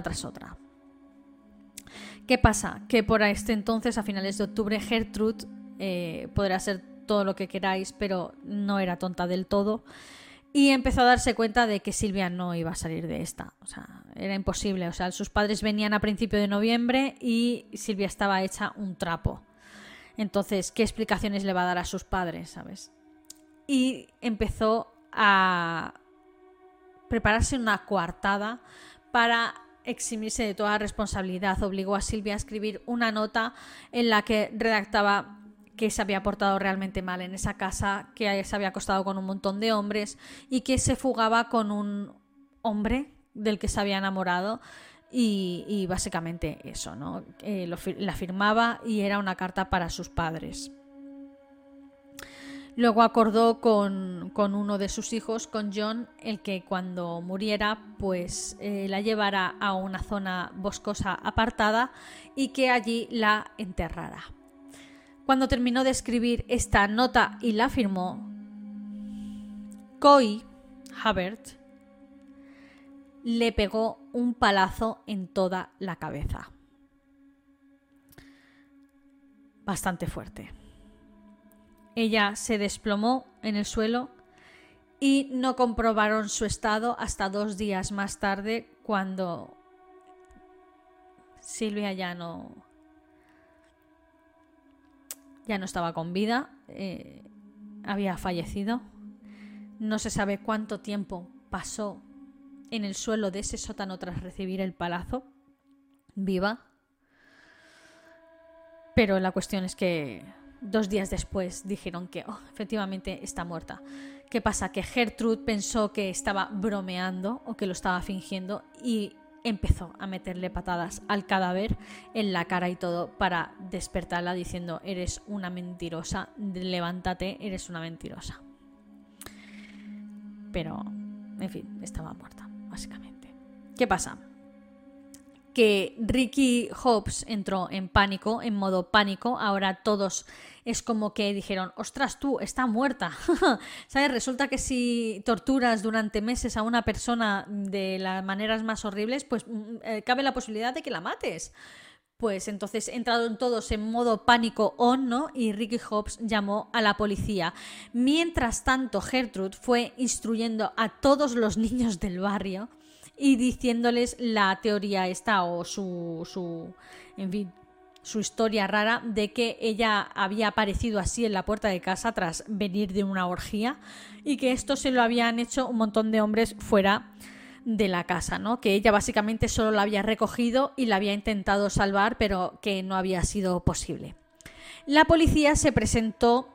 ¿Qué pasa? Que por este entonces, a finales de octubre, Gertrude, podrá ser todo lo que queráis, pero no era tonta del todo, y empezó a darse cuenta de que Silvia no iba a salir de esta. O sea, era imposible. O sea, sus padres venían a principio de noviembre y Silvia estaba hecha un trapo. Entonces, ¿qué explicaciones le va a dar a sus padres, sabes? Y empezó a prepararse una coartada para eximirse de toda responsabilidad. Obligó a Silvia a escribir una nota en la que redactaba que se había portado realmente mal en esa casa, que se había acostado con un montón de hombres y que se fugaba con un hombre del que se había enamorado y básicamente eso, ¿no? La firmaba y era una carta para sus padres. Luego acordó con uno de sus hijos, con John, el que cuando muriera pues la llevara a una zona boscosa apartada y que allí la enterrara. Cuando terminó de escribir esta nota y la firmó, Coy Hubbard le pegó un palazo en toda la cabeza. Bastante fuerte. Ella se desplomó en el suelo y no comprobaron su estado hasta 2 días más tarde, cuando Silvia ya no estaba con vida, había fallecido. No se sabe cuánto tiempo pasó en el suelo de ese sótano tras recibir el palazo, viva. Pero la cuestión es que 2 días después dijeron que efectivamente está muerta. ¿Qué pasa? Que Gertrude pensó que estaba bromeando o que lo estaba fingiendo y empezó a meterle patadas al cadáver en la cara y todo para despertarla diciendo: eres una mentirosa, levántate, eres una mentirosa. Pero, en fin, estaba muerta, básicamente. ¿Qué pasa? Que Ricky Hobbs entró en pánico, en modo pánico. Ahora todos es como que dijeron: ostras, tú, está muerta. ¿Sabes? Resulta que si torturas durante meses a una persona de las maneras más horribles, pues cabe la posibilidad de que la mates. Pues entonces entraron todos en modo pánico ¿no? Y Ricky Hobbs llamó a la policía. Mientras tanto, Gertrude fue instruyendo a todos los niños del barrio y diciéndoles la teoría esta o su historia rara de que ella había aparecido así en la puerta de casa tras venir de una orgía y que esto se lo habían hecho un montón de hombres fuera de la casa, ¿no? Que ella básicamente solo la había recogido y la había intentado salvar, pero que no había sido posible. La policía se presentó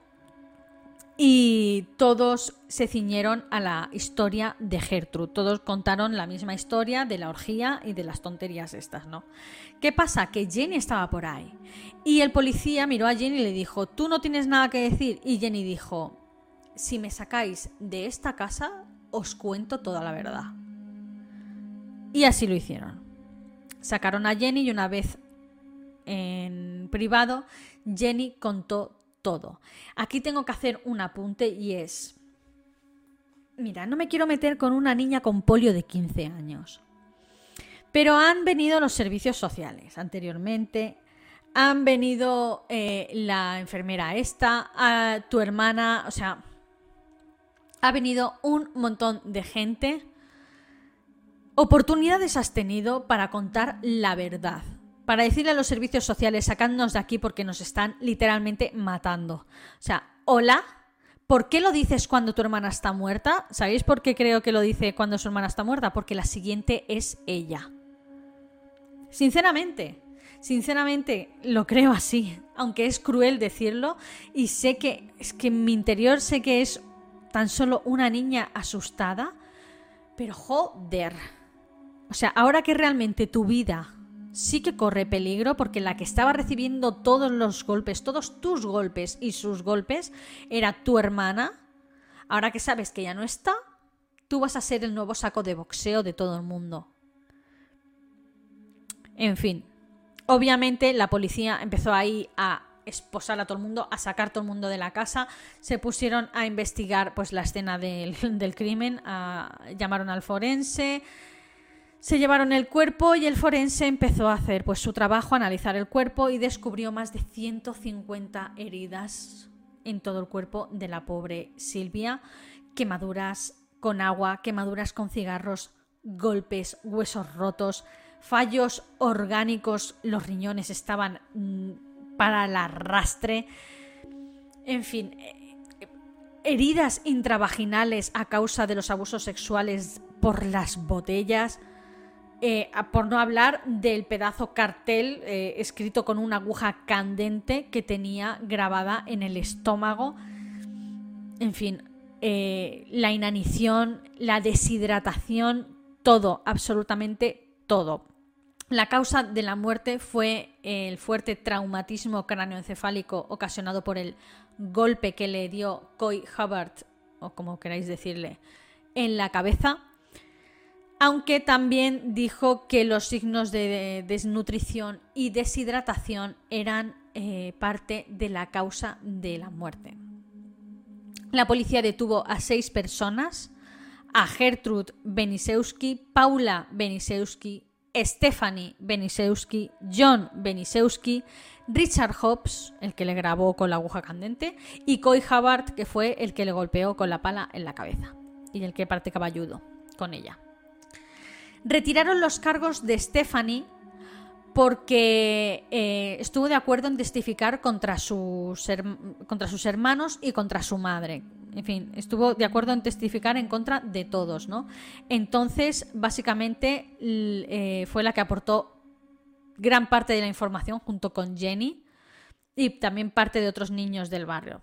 y todos se ciñeron a la historia de Gertrude. Todos contaron la misma historia de la orgía y de las tonterías estas, ¿no? ¿Qué pasa? Que Jenny estaba por ahí. Y el policía miró a Jenny y le dijo: ¿tú no tienes nada que decir? Y Jenny dijo: si me sacáis de esta casa, os cuento toda la verdad. Y así lo hicieron. Sacaron a Jenny y una vez en privado, Jenny contó todo. Aquí tengo que hacer un apunte y es: mira, no me quiero meter con una niña con polio de 15 años. Pero han venido los servicios sociales anteriormente, han venido la enfermera esta, a tu hermana, o sea, ha venido un montón de gente. Oportunidades has tenido para contar la verdad, para decirle a los servicios sociales: sacadnos de aquí porque nos están literalmente matando. O sea, hola, ¿por qué lo dices cuando tu hermana está muerta? ¿Sabéis por qué creo que lo dice cuando su hermana está muerta? Porque la siguiente es ella. Sinceramente lo creo así, aunque es cruel decirlo y sé que es que en mi interior sé que es tan solo una niña asustada, pero joder. O sea, ahora que realmente tu vida sí que corre peligro, porque la que estaba recibiendo todos los golpes, todos tus golpes y sus golpes, era tu hermana, ahora que sabes que ya no está, tú vas a ser el nuevo saco de boxeo de todo el mundo. En fin, obviamente la policía empezó ahí a esposar a todo el mundo, a sacar todo el mundo de la casa. Se pusieron a investigar pues la escena del crimen, llamaron al forense. Se llevaron el cuerpo y el forense empezó a hacer pues su trabajo, a analizar el cuerpo y descubrió más de 150 heridas en todo el cuerpo de la pobre Silvia, quemaduras con agua, quemaduras con cigarros, golpes, huesos rotos, fallos orgánicos, los riñones estaban para el arrastre, en fin, heridas intravaginales a causa de los abusos sexuales por las botellas, por no hablar del pedazo cartel escrito con una aguja candente que tenía grabada en el estómago. En fin, la inanición, la deshidratación, todo, absolutamente todo. La causa de la muerte fue el fuerte traumatismo cráneoencefálico ocasionado por el golpe que le dio Coy Hubbard, o como queráis decirle, en la cabeza, aunque también dijo que los signos de desnutrición y deshidratación eran parte de la causa de la muerte. La policía detuvo a 6 personas, a Gertrude Benisewski, Paula Benisewski, Stephanie Benisewski, John Benisewski, Richard Hobbs, el que le grabó con la aguja candente, y Coy Hubbard, que fue el que le golpeó con la pala en la cabeza y el que practicaba judo con ella. Retiraron los cargos de Stephanie porque estuvo de acuerdo en testificar contra sus hermanos y contra su madre. En fin, estuvo de acuerdo en testificar en contra de todos, ¿no? Entonces, básicamente, fue la que aportó gran parte de la información junto con Jenny y también parte de otros niños del barrio.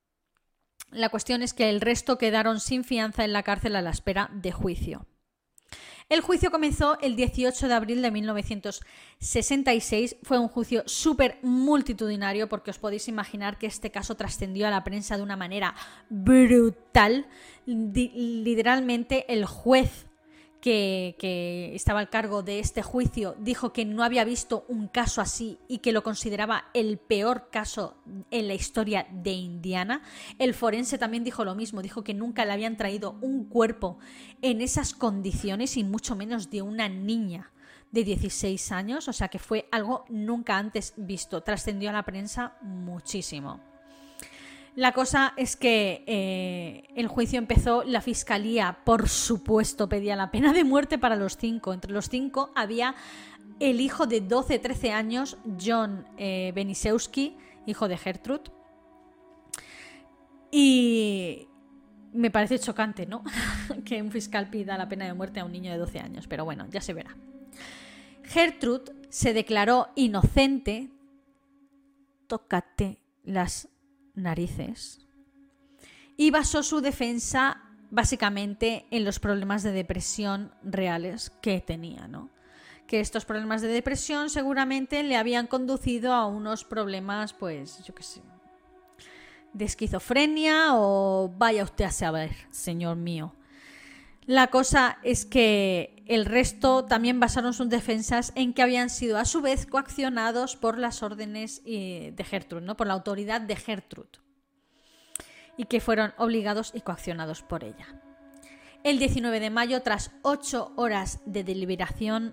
La cuestión es que el resto quedaron sin fianza en la cárcel a la espera de juicio. El juicio comenzó el 18 de abril de 1966. Fue un juicio súper multitudinario porque os podéis imaginar que este caso trascendió a la prensa de una manera brutal. Literalmente el juez que estaba al cargo de este juicio dijo que no había visto un caso así y que lo consideraba el peor caso en la historia de Indiana. El forense también dijo lo mismo, dijo que nunca le habían traído un cuerpo en esas condiciones y mucho menos de una niña de 16 años, o sea que fue algo nunca antes visto, trascendió a la prensa muchísimo. La cosa es que el juicio empezó, la fiscalía, por supuesto, pedía la pena de muerte para los 5. Entre los 5 había el hijo de 12-13 años, John Benisewski, hijo de Gertrude. Y me parece chocante, ¿no? Que un fiscal pida la pena de muerte a un niño de 12 años, pero bueno, ya se verá. Gertrude se declaró inocente. Tócate las narices, y basó su defensa básicamente en los problemas de depresión reales que tenía, ¿no? Que estos problemas de depresión seguramente le habían conducido a unos problemas, pues, yo qué sé, de esquizofrenia o vaya usted a saber, señor mío. La cosa es que el resto también basaron sus defensas en que habían sido a su vez coaccionados por las órdenes de Gertrude, ¿no? Por la autoridad de Gertrude, y que fueron obligados y coaccionados por ella. El 19 de mayo, tras 8 horas de deliberación,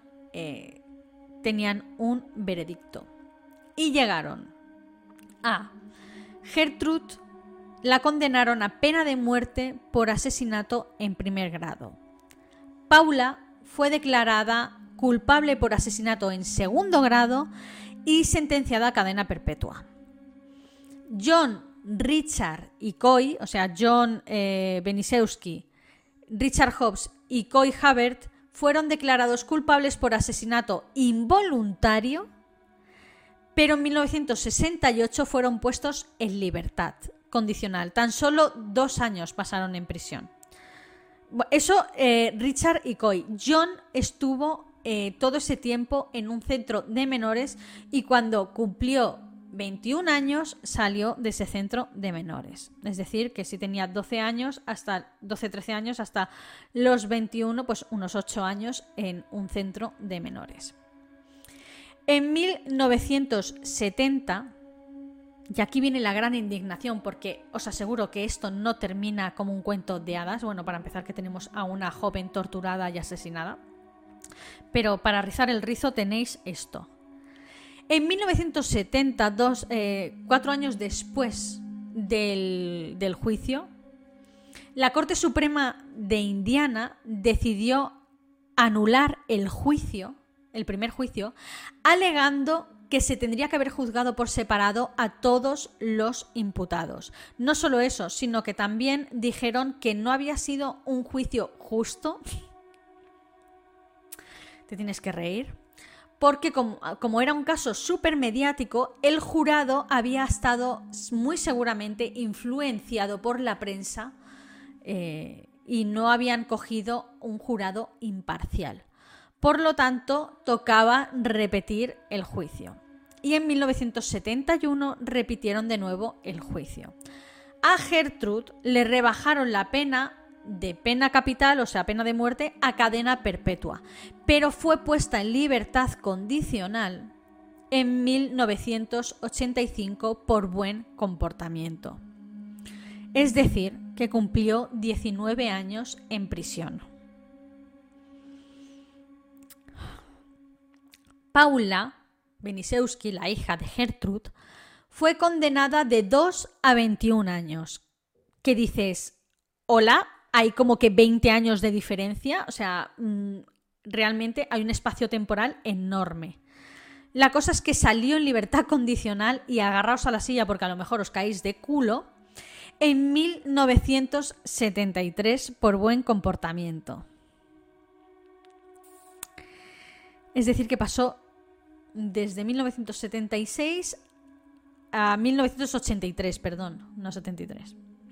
tenían un veredicto y llegaron a Gertrude. La condenaron a pena de muerte por asesinato en primer grado. Paula fue declarada culpable por asesinato en segundo grado y sentenciada a cadena perpetua. John, Richard y Coy, o sea, John Benisewski, Richard Hobbs y Coy Hubbard fueron declarados culpables por asesinato involuntario, pero en 1968 fueron puestos en libertad condicional. Tan solo 2 años pasaron en prisión. Eso, Richard y Coy. John estuvo todo ese tiempo en un centro de menores y cuando cumplió 21 años salió de ese centro de menores. Es decir, que si tenía 12 años, hasta 12-13 años, hasta los 21, pues unos 8 años en un centro de menores. En 1970... y aquí viene la gran indignación, porque os aseguro que esto no termina como un cuento de hadas. Bueno, para empezar, que tenemos a una joven torturada y asesinada. Pero para rizar el rizo tenéis esto. En 1970, 4 años después del juicio, la Corte Suprema de Indiana decidió anular el primer juicio, alegando que se tendría que haber juzgado por separado a todos los imputados. No solo eso, sino que también dijeron que no había sido un juicio justo. Te tienes que reír. Porque como era un caso súper mediático, el jurado había estado muy seguramente influenciado por la prensa y no habían cogido un jurado imparcial. Por lo tanto, tocaba repetir el juicio. Y en 1971 repitieron de nuevo el juicio. A Gertrude le rebajaron la pena de pena capital, o sea, pena de muerte, a cadena perpetua, pero fue puesta en libertad condicional en 1985 por buen comportamiento. Es decir, que cumplió 19 años en prisión. Paula Benisewski, la hija de Gertrude, fue condenada de 2 a 21 años. ¿Qué dices? ¿Hola? Hay como que 20 años de diferencia. O sea, realmente hay un espacio temporal enorme. La cosa es que salió en libertad condicional, y agarraos a la silla porque a lo mejor os caéis de culo, en 1973 por buen comportamiento. Es decir, que pasó desde 1976 a 1983, perdón, no 73.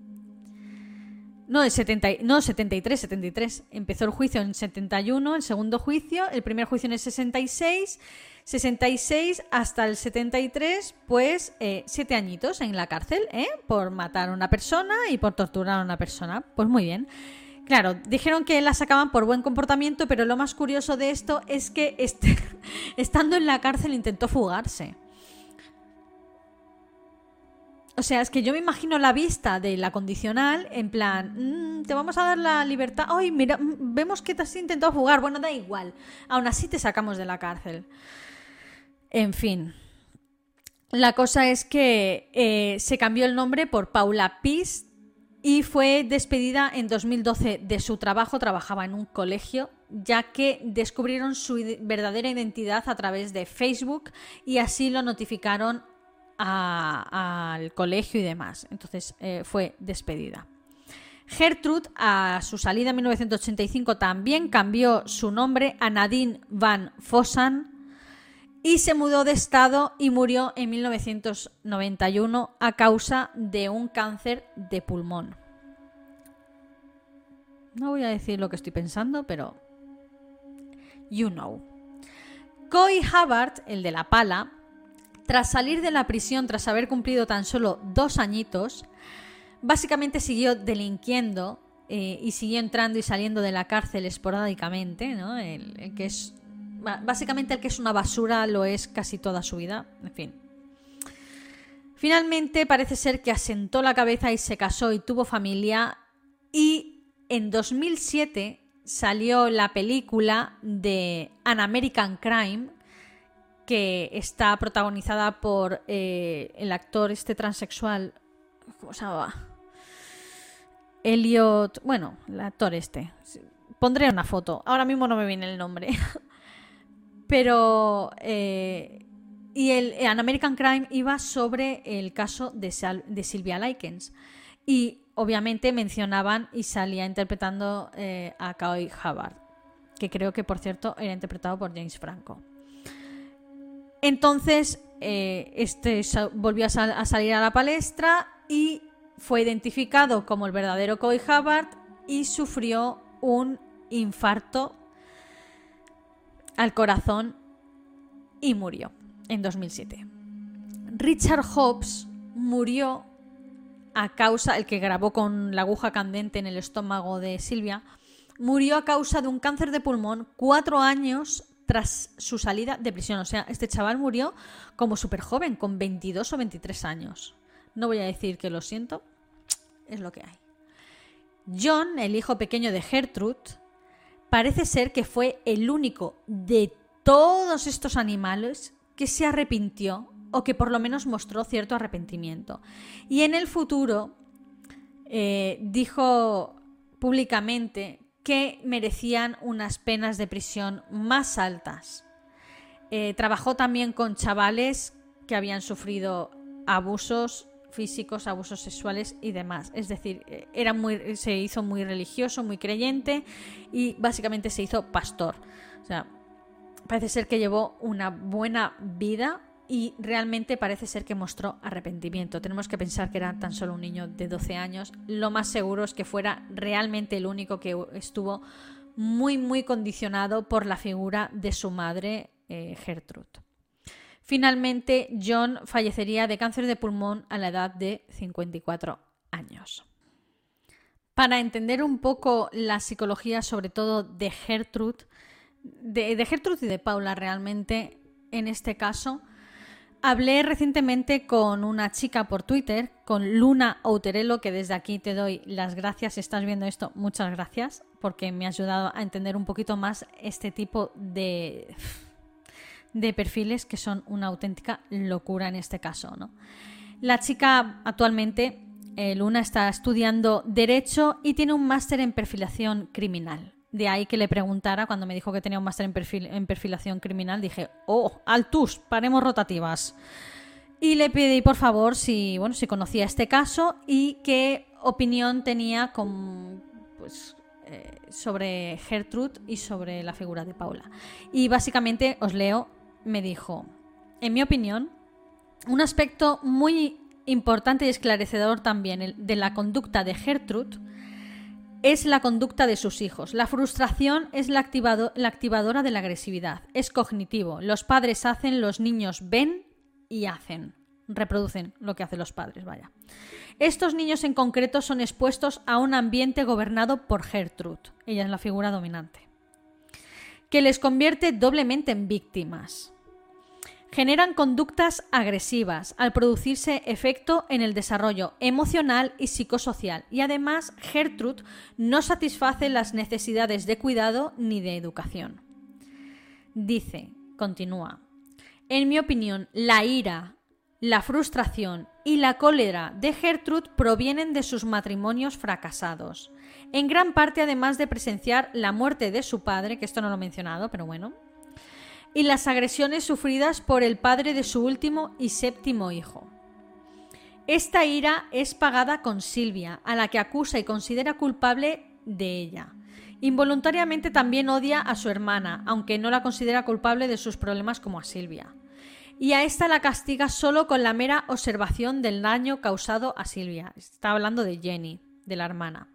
No, 73. Empezó el juicio en 71, el segundo juicio, el primer juicio en el 66 hasta el 73, pues 7 añitos en la cárcel, por matar a una persona y por torturar a una persona. Pues muy bien. Claro, dijeron que la sacaban por buen comportamiento, pero lo más curioso de esto es que estando en la cárcel intentó fugarse. O sea, es que yo me imagino la vista de la condicional en plan, te vamos a dar la libertad. Ay, mira, vemos que te has intentado fugar. Bueno, da igual. Aún así te sacamos de la cárcel. En fin. La cosa es que se cambió el nombre por Paula Peace y fue despedida en 2012 de su trabajo. Trabajaba en un colegio, ya que descubrieron su verdadera identidad a través de Facebook y así lo notificaron al colegio y demás. Entonces fue despedida. Gertrude, a su salida en 1985, también cambió su nombre a Nadine Van Fossan y se mudó de estado y murió en 1991 a causa de un cáncer de pulmón. No voy a decir lo que estoy pensando, pero you know. Coy Hubbard, el de la pala, tras salir de la prisión, tras haber cumplido tan solo 2 añitos, básicamente siguió delinquiendo y siguió entrando y saliendo de la cárcel esporádicamente, ¿no? El que es básicamente el que es una basura lo es casi toda su vida, en fin. Finalmente parece ser que asentó la cabeza y se casó y tuvo familia, y en 2007 salió la película de An American Crime, que está protagonizada por el actor transexual, ¿cómo se llama? Elliot, bueno, el actor pondré una foto, ahora mismo no me viene el nombre. Pero y An American Crime iba sobre el caso de Sylvia Likens, y obviamente mencionaban y salía interpretando a Coy Hubbard, que creo que por cierto era interpretado por James Franco. Entonces volvió a salir a la palestra y fue identificado como el verdadero Coy Hubbard y sufrió un infarto al corazón y murió en 2007. Richard Hobbs murió a causa, el que grabó con la aguja candente en el estómago de Sylvia, murió a causa de un cáncer de pulmón 4 años tras su salida de prisión. O sea, este chaval murió como súper joven, con 22 o 23 años. No voy a decir que lo siento, es lo que hay. John, el hijo pequeño de Gertrude, parece ser que fue el único de todos estos animales que se arrepintió, o que por lo menos mostró cierto arrepentimiento. Y en el futuro públicamente que merecían unas penas de prisión más altas. Trabajó también con chavales que habían sufrido abusos físicos, abusos sexuales y demás. Es decir, se hizo muy religioso, muy creyente y básicamente se hizo pastor. O sea, parece ser que llevó una buena vida y realmente parece ser que mostró arrepentimiento. Tenemos que pensar que era tan solo un niño de 12 años. Lo más seguro es que fuera realmente el único que estuvo muy, muy condicionado por la figura de su madre, Gertrude. Finalmente, John fallecería de cáncer de pulmón a la edad de 54 años. Para entender un poco la psicología, sobre todo de Gertrude, de Gertrude y de Paula realmente, en este caso, hablé recientemente con una chica por Twitter, con Luna Outerello, que desde aquí te doy las gracias. Si estás viendo esto, muchas gracias, porque me ha ayudado a entender un poquito más este tipo de perfiles que son una auténtica locura en este caso, ¿no? La chica actualmente, Luna, está estudiando Derecho y tiene un máster en perfilación criminal. De ahí que le preguntara, cuando me dijo que tenía un máster en perfilación criminal, dije, ¡oh, altus, paremos rotativas! Y le pedí, por favor, si conocía este caso y qué opinión tenía sobre Gertrude y sobre la figura de Paula. Y básicamente, os leo, me dijo, en mi opinión, un aspecto muy importante y esclarecedor también de la conducta de Gertrude es la conducta de sus hijos. La frustración es la activadora de la agresividad. Es cognitivo. Los padres hacen, los niños ven y hacen. Reproducen lo que hacen los padres, vaya. Estos niños en concreto son expuestos a un ambiente gobernado por Gertrude. Ella es la figura dominante, que les convierte doblemente en víctimas. Generan conductas agresivas al producirse efecto en el desarrollo emocional y psicosocial. Y además, Gertrude no satisface las necesidades de cuidado ni de educación. Dice, continúa, en mi opinión, la ira, la frustración y la cólera de Gertrude provienen de sus matrimonios fracasados. En gran parte, además de presenciar la muerte de su padre, que esto no lo he mencionado, pero bueno, y las agresiones sufridas por el padre de su último y séptimo hijo. Esta ira es pagada con Silvia, a la que acusa y considera culpable de ella. Involuntariamente también odia a su hermana, aunque no la considera culpable de sus problemas como a Silvia. Y a esta la castiga solo con la mera observación del daño causado a Silvia. Está hablando de Jenny, de la hermana.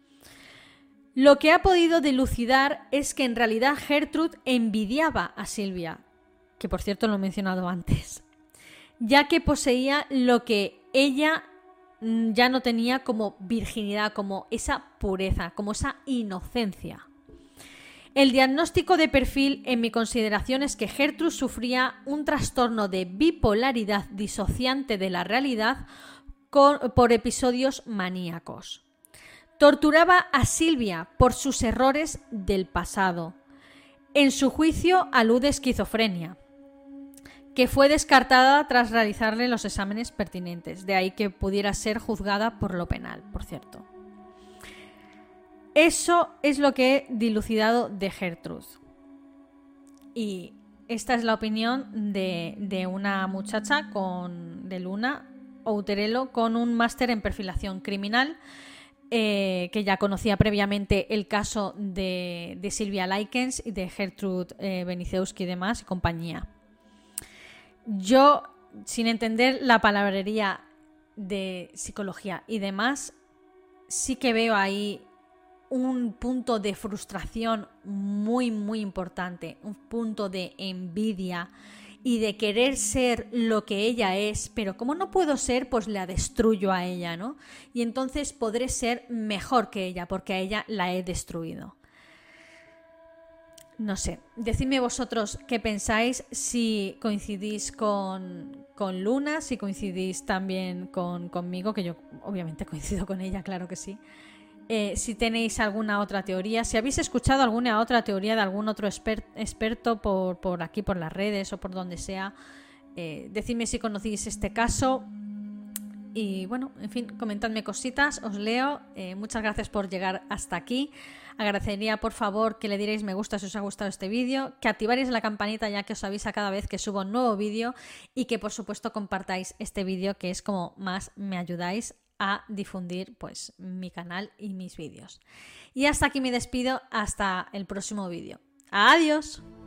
Lo que ha podido dilucidar es que en realidad Gertrude envidiaba a Silvia, que por cierto lo he mencionado antes, ya que poseía lo que ella ya no tenía como virginidad, como esa pureza, como esa inocencia. El diagnóstico de perfil en mi consideración es que Gertrude sufría un trastorno de bipolaridad disociante de la realidad por episodios maníacos. Torturaba a Silvia por sus errores del pasado. En su juicio alude esquizofrenia, que fue descartada tras realizarle los exámenes pertinentes, de ahí que pudiera ser juzgada por lo penal, por cierto. Eso es lo que he dilucidado de Gertrude. Y esta es la opinión de una muchacha de Luna Outerello con un máster en perfilación criminal, que ya conocía previamente el caso de Silvia Likens y de Gertrude Benizeuski y demás y compañía. Yo, sin entender la palabrería de psicología y demás, sí que veo ahí un punto de frustración muy, muy importante, un punto de envidia y de querer ser lo que ella es, pero como no puedo ser, pues la destruyo a ella, ¿no? Y entonces podré ser mejor que ella, porque a ella la he destruido. No sé, decidme vosotros qué pensáis, si coincidís con Luna, si coincidís también conmigo, que yo obviamente coincido con ella, claro que sí. Si tenéis alguna otra teoría, si habéis escuchado alguna otra teoría de algún otro experto por aquí, por las redes o por donde sea, decidme si conocéis este caso Y bueno, en fin, comentadme cositas, os leo. Muchas gracias por llegar hasta aquí. Agradecería por favor que le dierais me gusta si os ha gustado este vídeo, que activarais la campanita ya que os avisa cada vez que subo un nuevo vídeo y que por supuesto compartáis este vídeo, que es como más me ayudáis a difundir pues mi canal y mis vídeos. Y hasta aquí me despido, hasta el próximo vídeo. ¡Adiós!